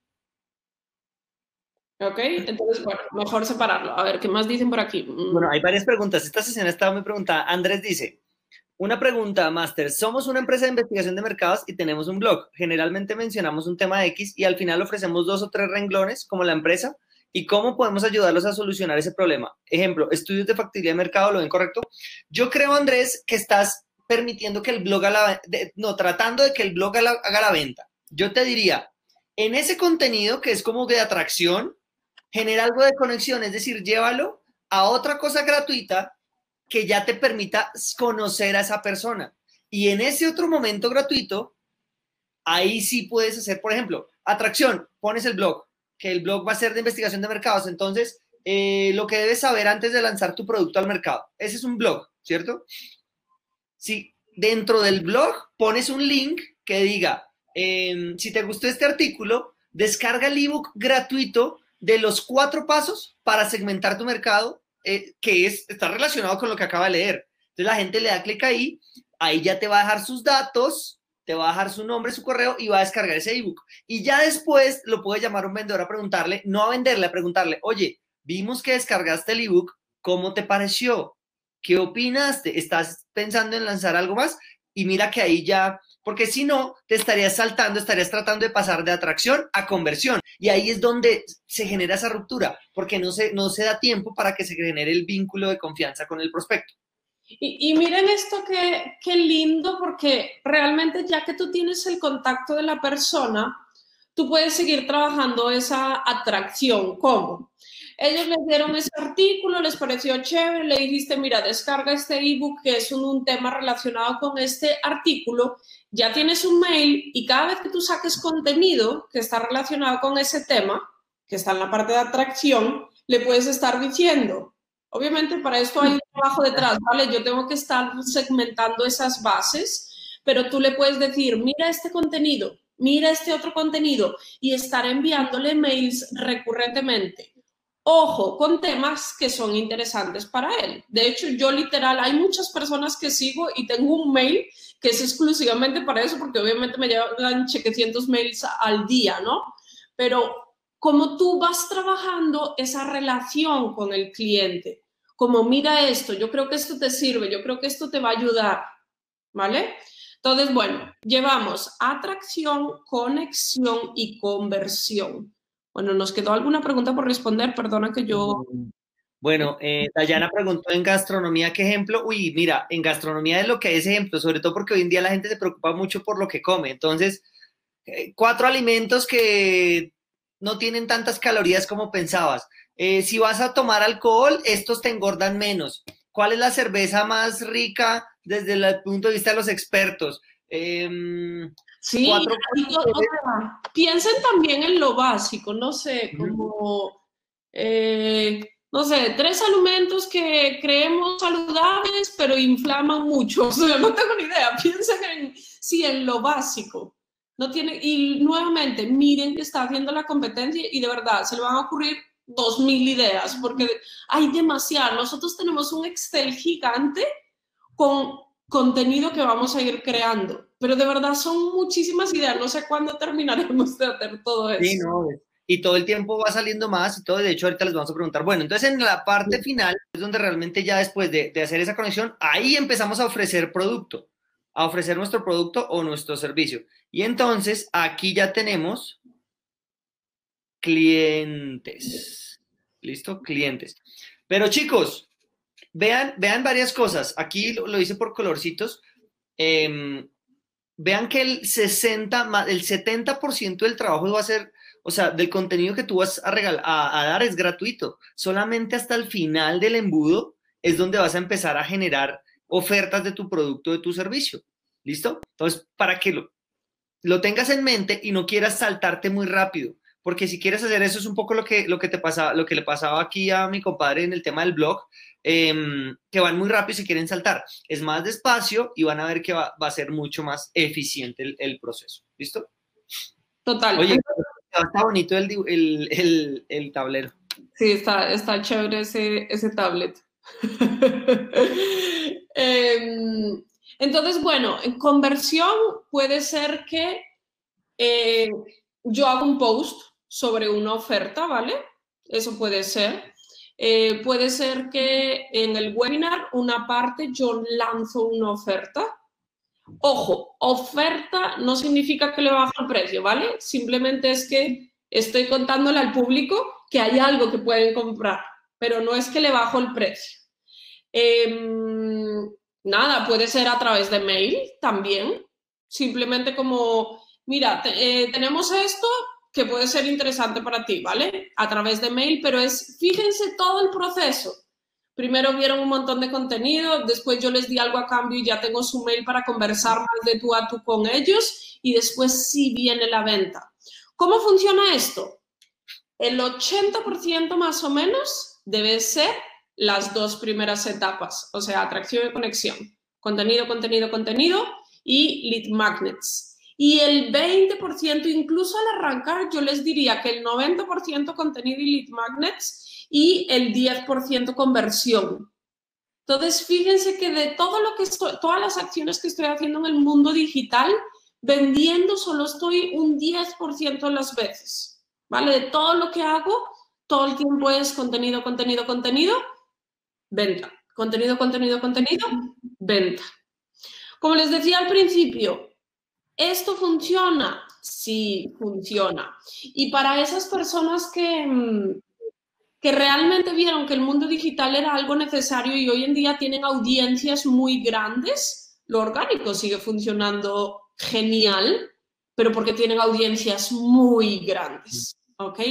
¿Ok? Entonces, bueno, mejor separarlo. A ver, ¿qué más dicen por aquí? Bueno, hay varias preguntas. Esta sesión estaba muy preguntada. Andrés dice, una pregunta, Master. Somos una empresa de investigación de mercados y tenemos un blog. Generalmente mencionamos un tema X y al final ofrecemos dos o tres renglones como la empresa. ¿Y cómo podemos ayudarlos a solucionar ese problema? Ejemplo, estudios de factibilidad de mercado, ¿lo ven correcto? Yo creo, Andrés, que estás permitiendo que el blog haga la, de, no, tratando de que el blog haga, haga la venta. Yo te diría, en ese contenido que es como de atracción, genera algo de conexión, es decir, llévalo a otra cosa gratuita que ya te permita conocer a esa persona. Y en ese otro momento gratuito, ahí sí puedes hacer, por ejemplo, atracción, pones el blog, que el blog va a ser de investigación de mercados. Entonces, eh, lo que debes saber antes de lanzar tu producto al mercado. Ese es un blog, ¿cierto? Si dentro del blog pones un link que diga, eh, si te gustó este artículo, descarga el ebook gratuito de los cuatro pasos para segmentar tu mercado, eh, que es, está relacionado con lo que acaba de leer. Entonces, la gente le da clic ahí, ahí ya te va a dejar sus datos, te va a dejar su nombre, su correo y va a descargar ese ebook. Y ya después lo puede llamar un vendedor a preguntarle, no a venderle, a preguntarle, oye, vimos que descargaste el ebook, ¿cómo te pareció? ¿Qué opinaste? ¿Estás pensando en lanzar algo más? Y mira que ahí ya, porque si no, te estarías saltando, estarías tratando de pasar de atracción a conversión. Y ahí es donde se genera esa ruptura, porque no se, no se da tiempo para que se genere el vínculo de confianza con el prospecto. Y, y miren esto que, qué lindo, porque realmente ya que tú tienes el contacto de la persona, tú puedes seguir trabajando esa atracción. ¿Cómo? Ellos les dieron ese artículo, les pareció chévere, le dijiste, mira, descarga este ebook que es un, un tema relacionado con este artículo, ya tienes un mail y cada vez que tú saques contenido que está relacionado con ese tema, que está en la parte de atracción, le puedes estar diciendo, obviamente para esto hay un trabajo detrás, ¿vale? Yo tengo que estar segmentando esas bases, pero tú le puedes decir, mira este contenido, mira este otro contenido y estar enviándole mails recurrentemente. Ojo, con temas que son interesantes para él. De hecho, yo literal, hay muchas personas que sigo y tengo un mail que es exclusivamente para eso, porque obviamente me llegan chequecientos mails al día, ¿no? Pero como tú vas trabajando esa relación con el cliente, como mira esto, yo creo que esto te sirve, yo creo que esto te va a ayudar, ¿vale? Entonces, bueno, llevamos atracción, conexión y conversión. Bueno, ¿nos quedó alguna pregunta por responder? Perdona que yo... Bueno, eh, Dayana preguntó en gastronomía qué ejemplo. Uy, mira, en gastronomía es lo que hay ese ejemplo, sobre todo porque hoy en día la gente se preocupa mucho por lo que come. Entonces, eh, cuatro alimentos que no tienen tantas calorías como pensabas. Eh, si vas a tomar alcohol, estos te engordan menos. ¿Cuál es la cerveza más rica desde el punto de vista de los expertos? Eh, sí, cuatro... o sea, piensen también en lo básico, no sé, como, eh, no sé, tres alimentos que creemos saludables, pero inflaman mucho. O sea, no tengo ni idea. Piensen en, sí, en lo básico. No tiene, y nuevamente, miren que está haciendo la competencia y de verdad se le van a ocurrir dos mil ideas, porque hay demasiado. Nosotros tenemos un Excel gigante con contenido que vamos a ir creando, pero de verdad son muchísimas ideas. No sé cuándo terminaremos de hacer todo eso. Sí, no, y todo el tiempo va saliendo más y todo. De hecho, ahorita les vamos a preguntar. Bueno, entonces en la parte sí. final es donde realmente ya después de, de hacer esa conexión, ahí empezamos a ofrecer producto, a ofrecer nuestro producto o nuestro servicio. Y entonces aquí ya tenemos clientes. ¿Listo? Clientes. Pero chicos, vean, vean varias cosas. Aquí lo, lo hice por colorcitos. Eh, vean que el sesenta, el setenta por ciento del trabajo va a ser, o sea, del contenido que tú vas a, regalar, a, a dar es gratuito. Solamente hasta el final del embudo es donde vas a empezar a generar ofertas de tu producto, de tu servicio. ¿Listo? Entonces, para que lo, lo tengas en mente y no quieras saltarte muy rápido. Porque si quieres hacer eso es un poco lo que, lo que, te pasaba, lo que le pasaba aquí a mi compadre en el tema del blog, eh, que van muy rápido y se quieren saltar. Es más despacio y van a ver que va, va a ser mucho más eficiente el, el proceso. ¿Listo? Total. Oye, está bonito el, el, el, el tablero. Sí, está, está chévere ese, ese tablet. eh, entonces, bueno, en conversión puede ser que eh, yo hago un post sobre una oferta, ¿vale? Eso puede ser. Eh, puede ser que en el webinar, una parte, yo lanzo una oferta. Ojo, oferta no significa que le bajo el precio, ¿vale? Simplemente es que estoy contándole al público que hay algo que pueden comprar, pero no es que le bajo el precio. Eh, nada, puede ser a través de mail también. Simplemente como, mira, te, eh, tenemos esto que puede ser interesante para ti, ¿vale? A través de mail, pero es, fíjense todo el proceso. Primero vieron un montón de contenido, después yo les di algo a cambio y ya tengo su mail para conversar más de tú a tú con ellos y después sí viene la venta. ¿Cómo funciona esto? El ochenta por ciento más o menos debe ser las dos primeras etapas, o sea, atracción y conexión. Contenido, contenido, contenido y lead magnets. Y el veinte por ciento, incluso al arrancar, yo les diría que el noventa por ciento contenido y lead magnets y el diez por ciento conversión. Entonces, fíjense que de todo lo que estoy, todas las acciones que estoy haciendo en el mundo digital, vendiendo solo estoy un diez por ciento de las veces, ¿vale? De todo lo que hago, todo el tiempo es contenido, contenido, contenido, venta. Contenido, contenido, contenido, venta. Como les decía al principio, ¿esto funciona? Sí, funciona. Y para esas personas que, que realmente vieron que el mundo digital era algo necesario y hoy en día tienen audiencias muy grandes, lo orgánico sigue funcionando genial, pero porque tienen audiencias muy grandes, ¿ok?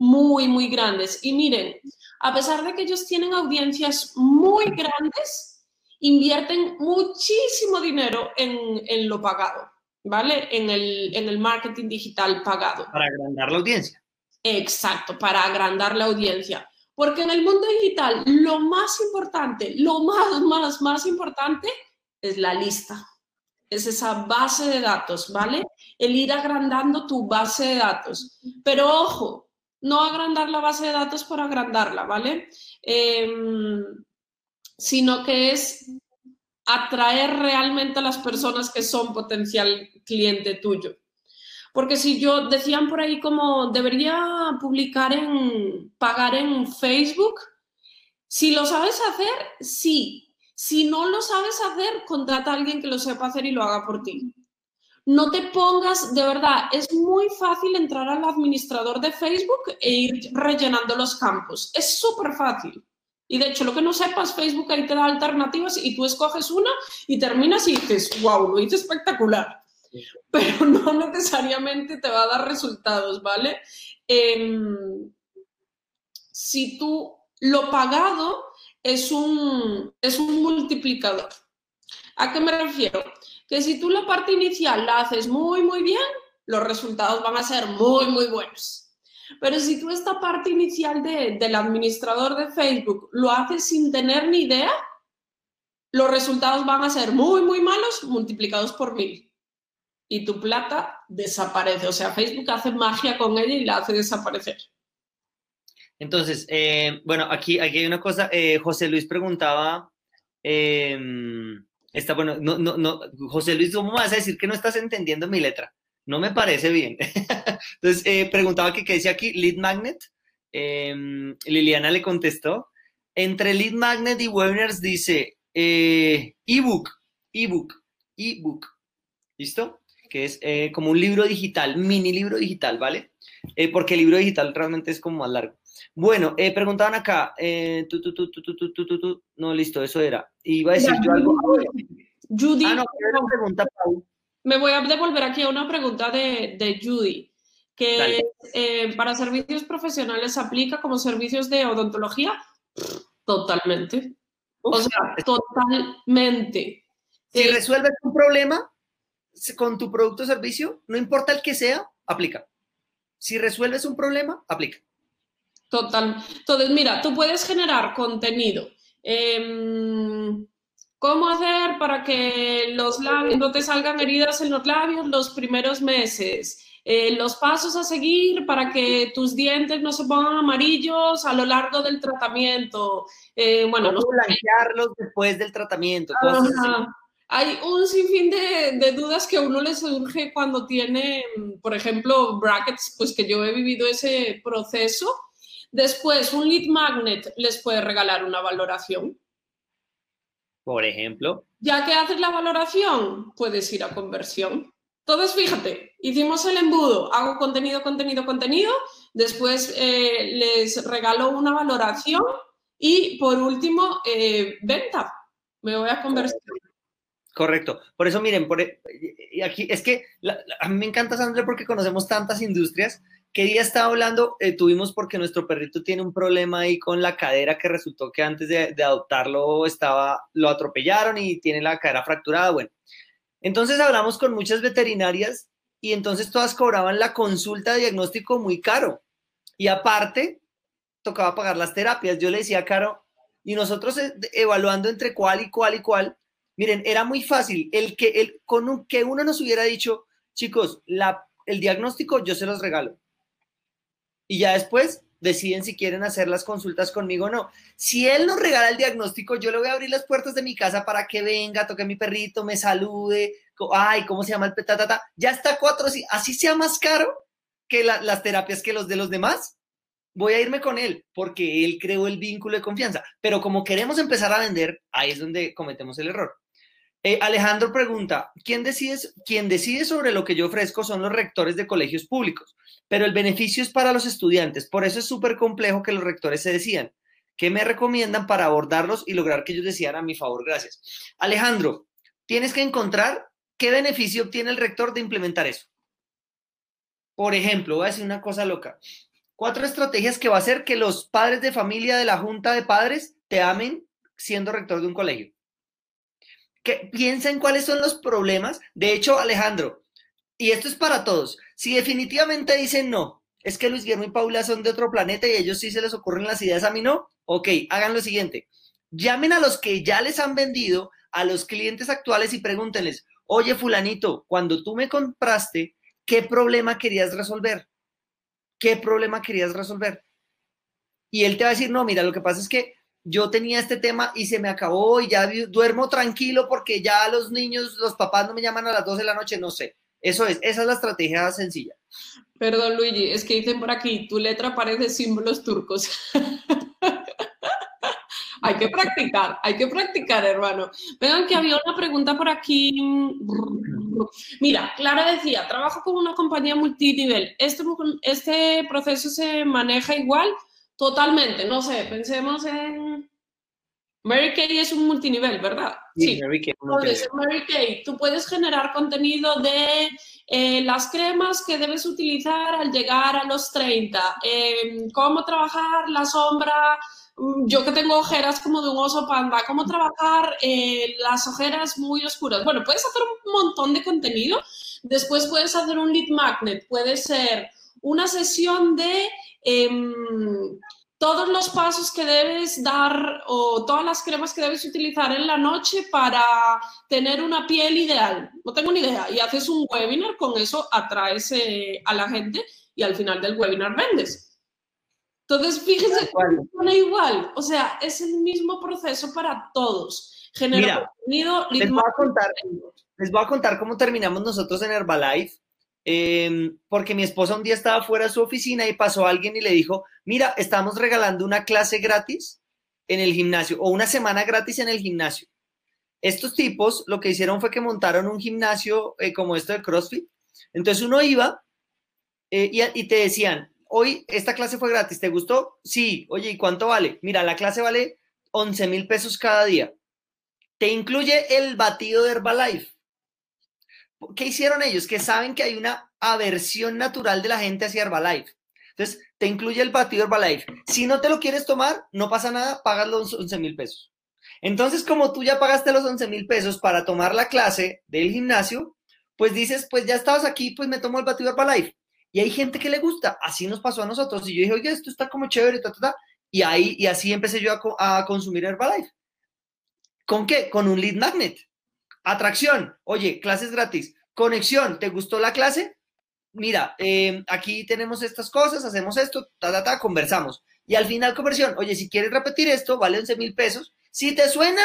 muy, muy grandes. Y miren, a pesar de que ellos tienen audiencias muy grandes, invierten muchísimo dinero en, en lo pagado, ¿vale? En el, en el marketing digital pagado. Para agrandar la audiencia. Exacto, para agrandar la audiencia. Porque en el mundo digital lo más importante, lo más, más, más importante es la lista. Es esa base de datos, ¿vale? El ir agrandando tu base de datos. Pero ojo, no agrandar la base de datos por agrandarla, ¿vale? Eh, sino que es atraer realmente a las personas que son potencial cliente tuyo. Porque si yo, decían por ahí como debería publicar en, pagar en Facebook, si lo sabes hacer, sí. Si no lo sabes hacer, contrata a alguien que lo sepa hacer y lo haga por ti. No te pongas, de verdad, es muy fácil entrar al administrador de Facebook e ir rellenando los campos. Es súper fácil. Y de hecho, lo que no sepas, Facebook ahí te da alternativas y tú escoges una y terminas y dices, wow, lo hice espectacular. Pero no necesariamente te va a dar resultados, ¿vale? Eh, si tú lo pagado es un, es un multiplicador. ¿A qué me refiero? Que si tú la parte inicial la haces muy, muy bien, los resultados van a ser muy, muy buenos. Pero si tú esta parte inicial de, del administrador de Facebook lo haces sin tener ni idea, los resultados van a ser muy, muy malos multiplicados por mil. Y tu plata desaparece. O sea, Facebook hace magia con ella y la hace desaparecer. Entonces, eh, bueno, aquí, aquí hay una cosa. Eh, José Luis preguntaba, eh, está, bueno, no, no, no, José Luis, ¿cómo me vas a decir que no estás entendiendo mi letra? No me parece bien. Entonces, eh, preguntaba que qué decía aquí, lead magnet. Eh, Liliana le contestó. Entre lead magnet y webinars dice eh, ebook, ebook, ebook. ¿Listo? Que es eh, como un libro digital, mini libro digital, ¿vale? Eh, porque el libro digital realmente es como más largo. Bueno, eh, preguntaban acá, eh, tu, tu, tu, tu, tu, tu, tu, tu, no, listo, eso era. Iba a decir yo algo. Judy, ah, no, no, pregunta, Pau. Me voy a devolver aquí a una pregunta de, de Judy, que eh, para servicios profesionales aplica como servicios de odontología. Totalmente. Uf, o sea, totalmente. Si eh, resuelves un problema con tu producto o servicio, no importa el que sea, aplica. Si resuelves un problema, aplica. Total. Entonces, mira, tú puedes generar contenido. Eh, ¿Cómo hacer para que los labios no te salgan heridas en los labios los primeros meses? Eh, los pasos a seguir para que tus dientes no se pongan amarillos a lo largo del tratamiento. Eh, bueno, ¿Cómo no blanquearlos después del tratamiento? Cosas así. Hay un sinfín de, de dudas que a uno le surge cuando tiene, por ejemplo, brackets, pues que yo he vivido ese proceso. Después, un lead magnet les puede regalar una valoración. Por ejemplo. Ya que haces la valoración, puedes ir a conversión. Entonces, fíjate, hicimos el embudo, hago contenido, contenido, contenido, después eh, les regalo una valoración y, por último, eh, venta. Me voy a conversión. Correcto. Por eso, miren, por, aquí es que la, la, a mí me encanta, Sandra, porque conocemos tantas industrias. ¿Qué día estaba hablando? Eh, tuvimos porque nuestro perrito tiene un problema ahí con la cadera que resultó que antes de, de adoptarlo estaba, lo atropellaron y tiene la cadera fracturada. Bueno, entonces hablamos con muchas veterinarias y entonces todas cobraban la consulta de diagnóstico muy caro. Y aparte, tocaba pagar las terapias. Yo le decía a Caro, y nosotros evaluando entre cuál y cuál y cuál, miren, era muy fácil. El que, el, con un, que uno nos hubiera dicho, chicos, la, el diagnóstico yo se los regalo. Y ya después deciden si quieren hacer las consultas conmigo o no. Si él nos regala el diagnóstico, yo le voy a abrir las puertas de mi casa para que venga, toque a mi perrito, me salude, ay, ¿cómo se llama el petatata? Ya está cuatro, así sea más caro que la, las terapias que los de los demás, voy a irme con él, porque él creó el vínculo de confianza. Pero como queremos empezar a vender, ahí es donde cometemos el error. Eh, Alejandro pregunta, ¿quién decide, ¿quién decide sobre lo que yo ofrezco son los rectores de colegios públicos? Pero el beneficio es para los estudiantes, por eso es súper complejo que los rectores se decidan. ¿Qué me recomiendan para abordarlos y lograr que ellos decidan a mi favor? Gracias. Alejandro, tienes que encontrar qué beneficio obtiene el rector de implementar eso. Por ejemplo, voy a decir una cosa loca. Cuatro estrategias que va a hacer que los padres de familia de la junta de padres te amen siendo rector de un colegio. Que piensen cuáles son los problemas. De hecho, Alejandro, y esto es para todos, si definitivamente dicen no, es que Luis Guillermo y Paula son de otro planeta y a ellos sí se les ocurren las ideas, a mí no, ok, hagan lo siguiente. Llamen a los que ya les han vendido, a los clientes actuales y pregúntenles, oye, fulanito, cuando tú me compraste, ¿qué problema querías resolver? ¿Qué problema querías resolver? Y él te va a decir, no, mira, lo que pasa es que yo tenía este tema y se me acabó y ya duermo tranquilo porque ya los niños, los papás no me llaman a las doce de la noche, no sé. Eso es, esa es la estrategia sencilla. Perdón, Luigi, es que dicen por aquí, tu letra parece símbolos turcos. Hay que practicar, hay que practicar, hermano. Vean que había una pregunta por aquí. Mira, Clara decía, trabajo con una compañía multinivel. ¿Este, este proceso se maneja igual? Totalmente, no sé, pensemos en... Mary Kay es un multinivel, ¿verdad? Sí, sí. Mary Kay, Entonces, Mary Kay, tú puedes generar contenido de eh, las cremas que debes utilizar al llegar a los treinta, eh, cómo trabajar la sombra, yo que tengo ojeras como de un oso panda, cómo trabajar eh, las ojeras muy oscuras. Bueno, puedes hacer un montón de contenido. Después puedes hacer un lead magnet, puede ser una sesión de... Eh, todos los pasos que debes dar o todas las cremas que debes utilizar en la noche para tener una piel ideal. No tengo ni idea. Y haces un webinar, con eso atraes eh, a la gente y al final del webinar vendes. Entonces, fíjense, funciona igual. O sea, es el mismo proceso para todos. Genera contenido. Les voy, a contar, les voy a contar cómo terminamos nosotros en Herbalife. Eh, porque mi esposa un día estaba fuera de su oficina y pasó alguien y le dijo, mira, estamos regalando una clase gratis en el gimnasio o una semana gratis en el gimnasio. Estos tipos lo que hicieron fue que montaron un gimnasio eh, como esto de CrossFit. Entonces uno iba eh, y, y te decían, hoy esta clase fue gratis, ¿te gustó? Sí. Oye, ¿y cuánto vale? Mira, la clase vale once mil pesos cada día. Te incluye el batido de Herbalife. ¿Qué hicieron ellos? Que saben que hay una aversión natural de la gente hacia Herbalife. Entonces, te incluye el batido Herbalife. Si no te lo quieres tomar, no pasa nada, pagas los once mil pesos. Entonces, como tú ya pagaste los once mil pesos para tomar la clase del gimnasio, pues dices, pues ya estabas aquí, pues me tomo el batido Herbalife. Y hay gente que le gusta. Así nos pasó a nosotros. Y yo dije, oye, esto está como chévere, ta, ta, ta. Y, ahí, y así empecé yo a, a consumir Herbalife. ¿Con qué? Con un lead magnet. Atracción, oye, clases gratis. Conexión, ¿te gustó la clase? Mira, eh, aquí tenemos estas cosas, hacemos esto, ta, ta, ta, conversamos. Y al final conversión, oye, si quieres repetir esto, vale once mil pesos. Si te suena,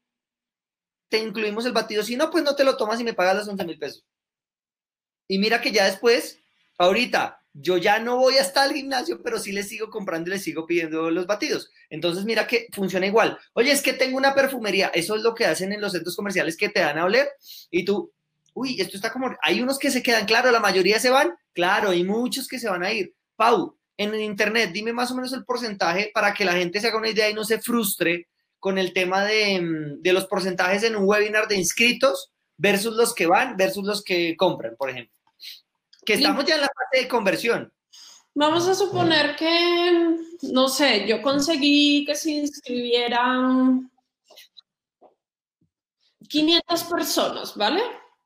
te incluimos el batido. Si no, pues no te lo tomas y me pagas los once mil pesos. Y mira que ya después, ahorita, yo ya no voy hasta el gimnasio, pero sí les sigo comprando y les sigo pidiendo los batidos. Entonces, mira que funciona igual. Oye, es que tengo una perfumería. Eso es lo que hacen en los centros comerciales que te dan a oler. Y tú, uy, esto está como... Hay unos que se quedan, claro, la mayoría se van. Claro, hay muchos que se van a ir. Pau, en el internet, dime más o menos el porcentaje para que la gente se haga una idea y no se frustre con el tema de, de los porcentajes en un webinar de inscritos versus los que van, versus los que compran, por ejemplo. Que estamos ya en la fase de conversión. Vamos a suponer que, no sé, yo conseguí que se inscribieran quinientas personas, ¿vale?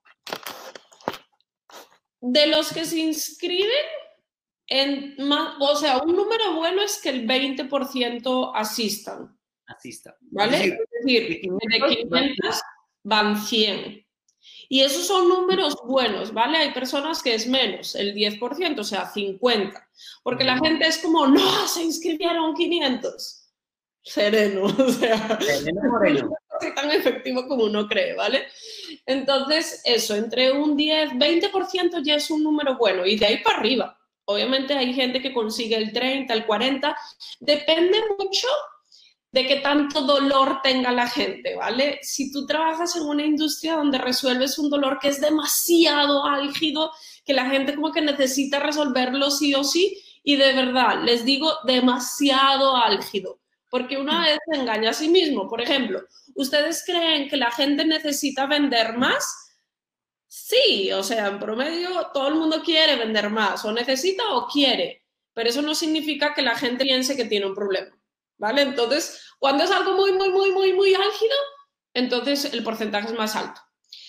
De los que se inscriben, en más, o sea, un número bueno es que el veinte por ciento asistan. Asistan. ¿Vale? Es decir, de quinientas van cien. Y esos son números buenos, ¿vale? Hay personas que es menos, el diez por ciento, o sea, cincuenta. Porque la gente es como, no, se inscribieron quinientos. Sereno, o sea, Sereno moreno. No es tan efectivo como uno cree, ¿vale? Entonces, eso, entre un diez, veinte por ciento ya es un número bueno y de ahí para arriba. Obviamente hay gente que consigue el treinta, el cuarenta. Depende mucho de qué tanto dolor tenga la gente, ¿vale? Si tú trabajas en una industria donde resuelves un dolor que es demasiado álgido, que la gente como que necesita resolverlo sí o sí, y de verdad, les digo, demasiado álgido, porque una vez se engaña a sí mismo. Por ejemplo, ¿ustedes creen que la gente necesita vender más? Sí, o sea, en promedio todo el mundo quiere vender más, o necesita o quiere. pero eso no significa que la gente piense que tiene un problema, ¿vale? Entonces, cuando es algo muy, muy, muy, muy, muy álgido, entonces el porcentaje es más alto.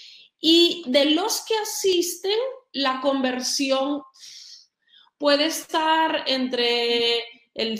Y de los que asisten, la conversión puede estar entre el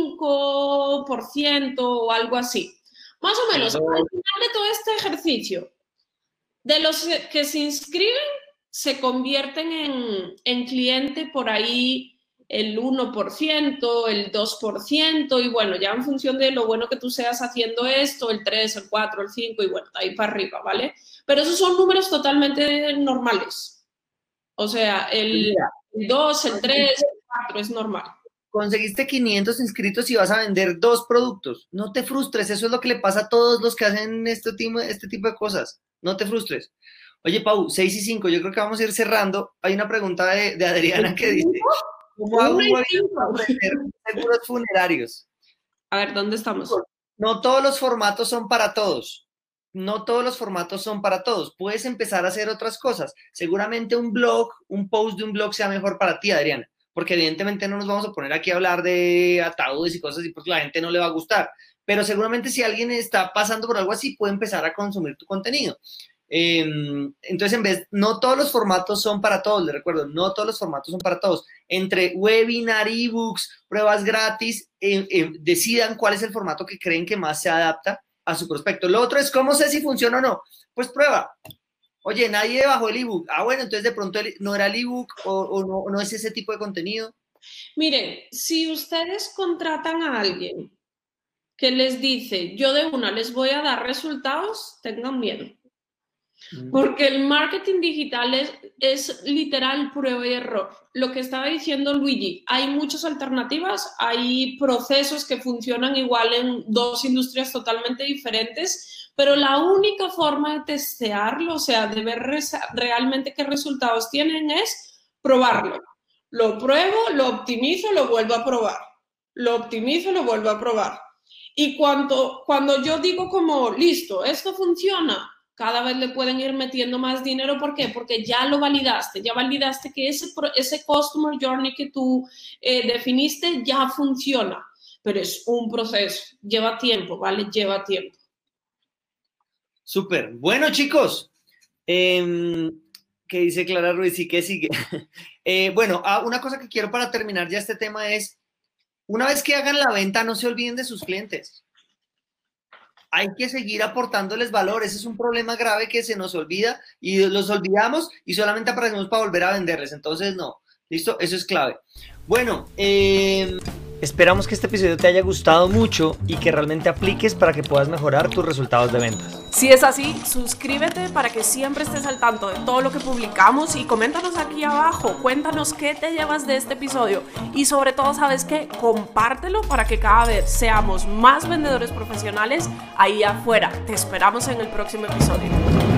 cinco por ciento o algo así. Más o menos, al final de todo este ejercicio, de los que se inscriben, se convierten en, en cliente por ahí el uno por ciento, el dos por ciento, y bueno, ya en función de lo bueno que tú seas haciendo esto, el tres, el cuatro, el cinco, y bueno, ahí para arriba, ¿vale? Pero esos son números totalmente normales. O sea, el, el dos, el tres, el cuatro es normal. Conseguiste quinientos inscritos y vas a vender dos productos. No te frustres, eso es lo que le pasa a todos los que hacen este tipo, este tipo de cosas. No te frustres. Oye, Pau, seis y cinco, yo creo que vamos a ir cerrando. Hay una pregunta de, de Adriana que dice, ¿cómo hago un webinar para ofrecer seguros funerarios? A ver, ¿dónde estamos? No todos los formatos son para todos. No todos los formatos son para todos. Puedes empezar a hacer otras cosas. Seguramente un blog, un post de un blog sea mejor para ti, Adriana. Porque evidentemente no nos vamos a poner aquí a hablar de ataúdes y cosas así porque la gente no le va a gustar. Pero seguramente si alguien está pasando por algo así, puede empezar a consumir tu contenido. Eh, entonces, en vez, no todos los formatos son para todos, les recuerdo, no todos los formatos son para todos. Entre webinar, ebooks, pruebas gratis, eh, eh, decidan cuál es el formato que creen que más se adapta a su prospecto. Lo otro es, ¿cómo sé si funciona o no? Pues prueba. Oye, nadie bajó el ebook. Ah, bueno, entonces de pronto el, no era el ebook o, o no, no es ese tipo de contenido. Miren, si ustedes contratan a alguien que les dice, yo de una les voy a dar resultados, tengan miedo. Porque el marketing digital es, es literal prueba y error. Lo que estaba diciendo Luigi, hay muchas alternativas, hay procesos que funcionan igual en dos industrias totalmente diferentes, pero la única forma de testearlo, o sea, de ver realmente qué resultados tienen es probarlo. Lo pruebo, lo optimizo, lo vuelvo a probar. Lo optimizo, lo vuelvo a probar. Y cuando, cuando yo digo como, listo, esto funciona, cada vez le pueden ir metiendo más dinero. ¿Por qué? Porque ya lo validaste, ya validaste que ese, ese Customer Journey que tú eh, definiste ya funciona. Pero es un proceso, lleva tiempo, ¿vale? Lleva tiempo. Súper. Bueno, chicos, eh, ¿qué dice Clara Ruiz? ¿Y qué sigue? eh, bueno, ah, una cosa que quiero para terminar ya este tema es, una vez que hagan la venta, no se olviden de sus clientes. Hay que seguir aportándoles valor. Ese es un problema grave que se nos olvida y los olvidamos y solamente aparecemos para volver a venderles. Entonces, no. ¿Listo? Eso es clave. Bueno, eh... esperamos que este episodio te haya gustado mucho y que realmente apliques para que puedas mejorar tus resultados de ventas. Si es así, suscríbete para que siempre estés al tanto de todo lo que publicamos y coméntanos aquí abajo, cuéntanos qué te llevas de este episodio y sobre todo, ¿sabes qué? Compártelo para que cada vez seamos más vendedores profesionales ahí afuera. Te esperamos en el próximo episodio.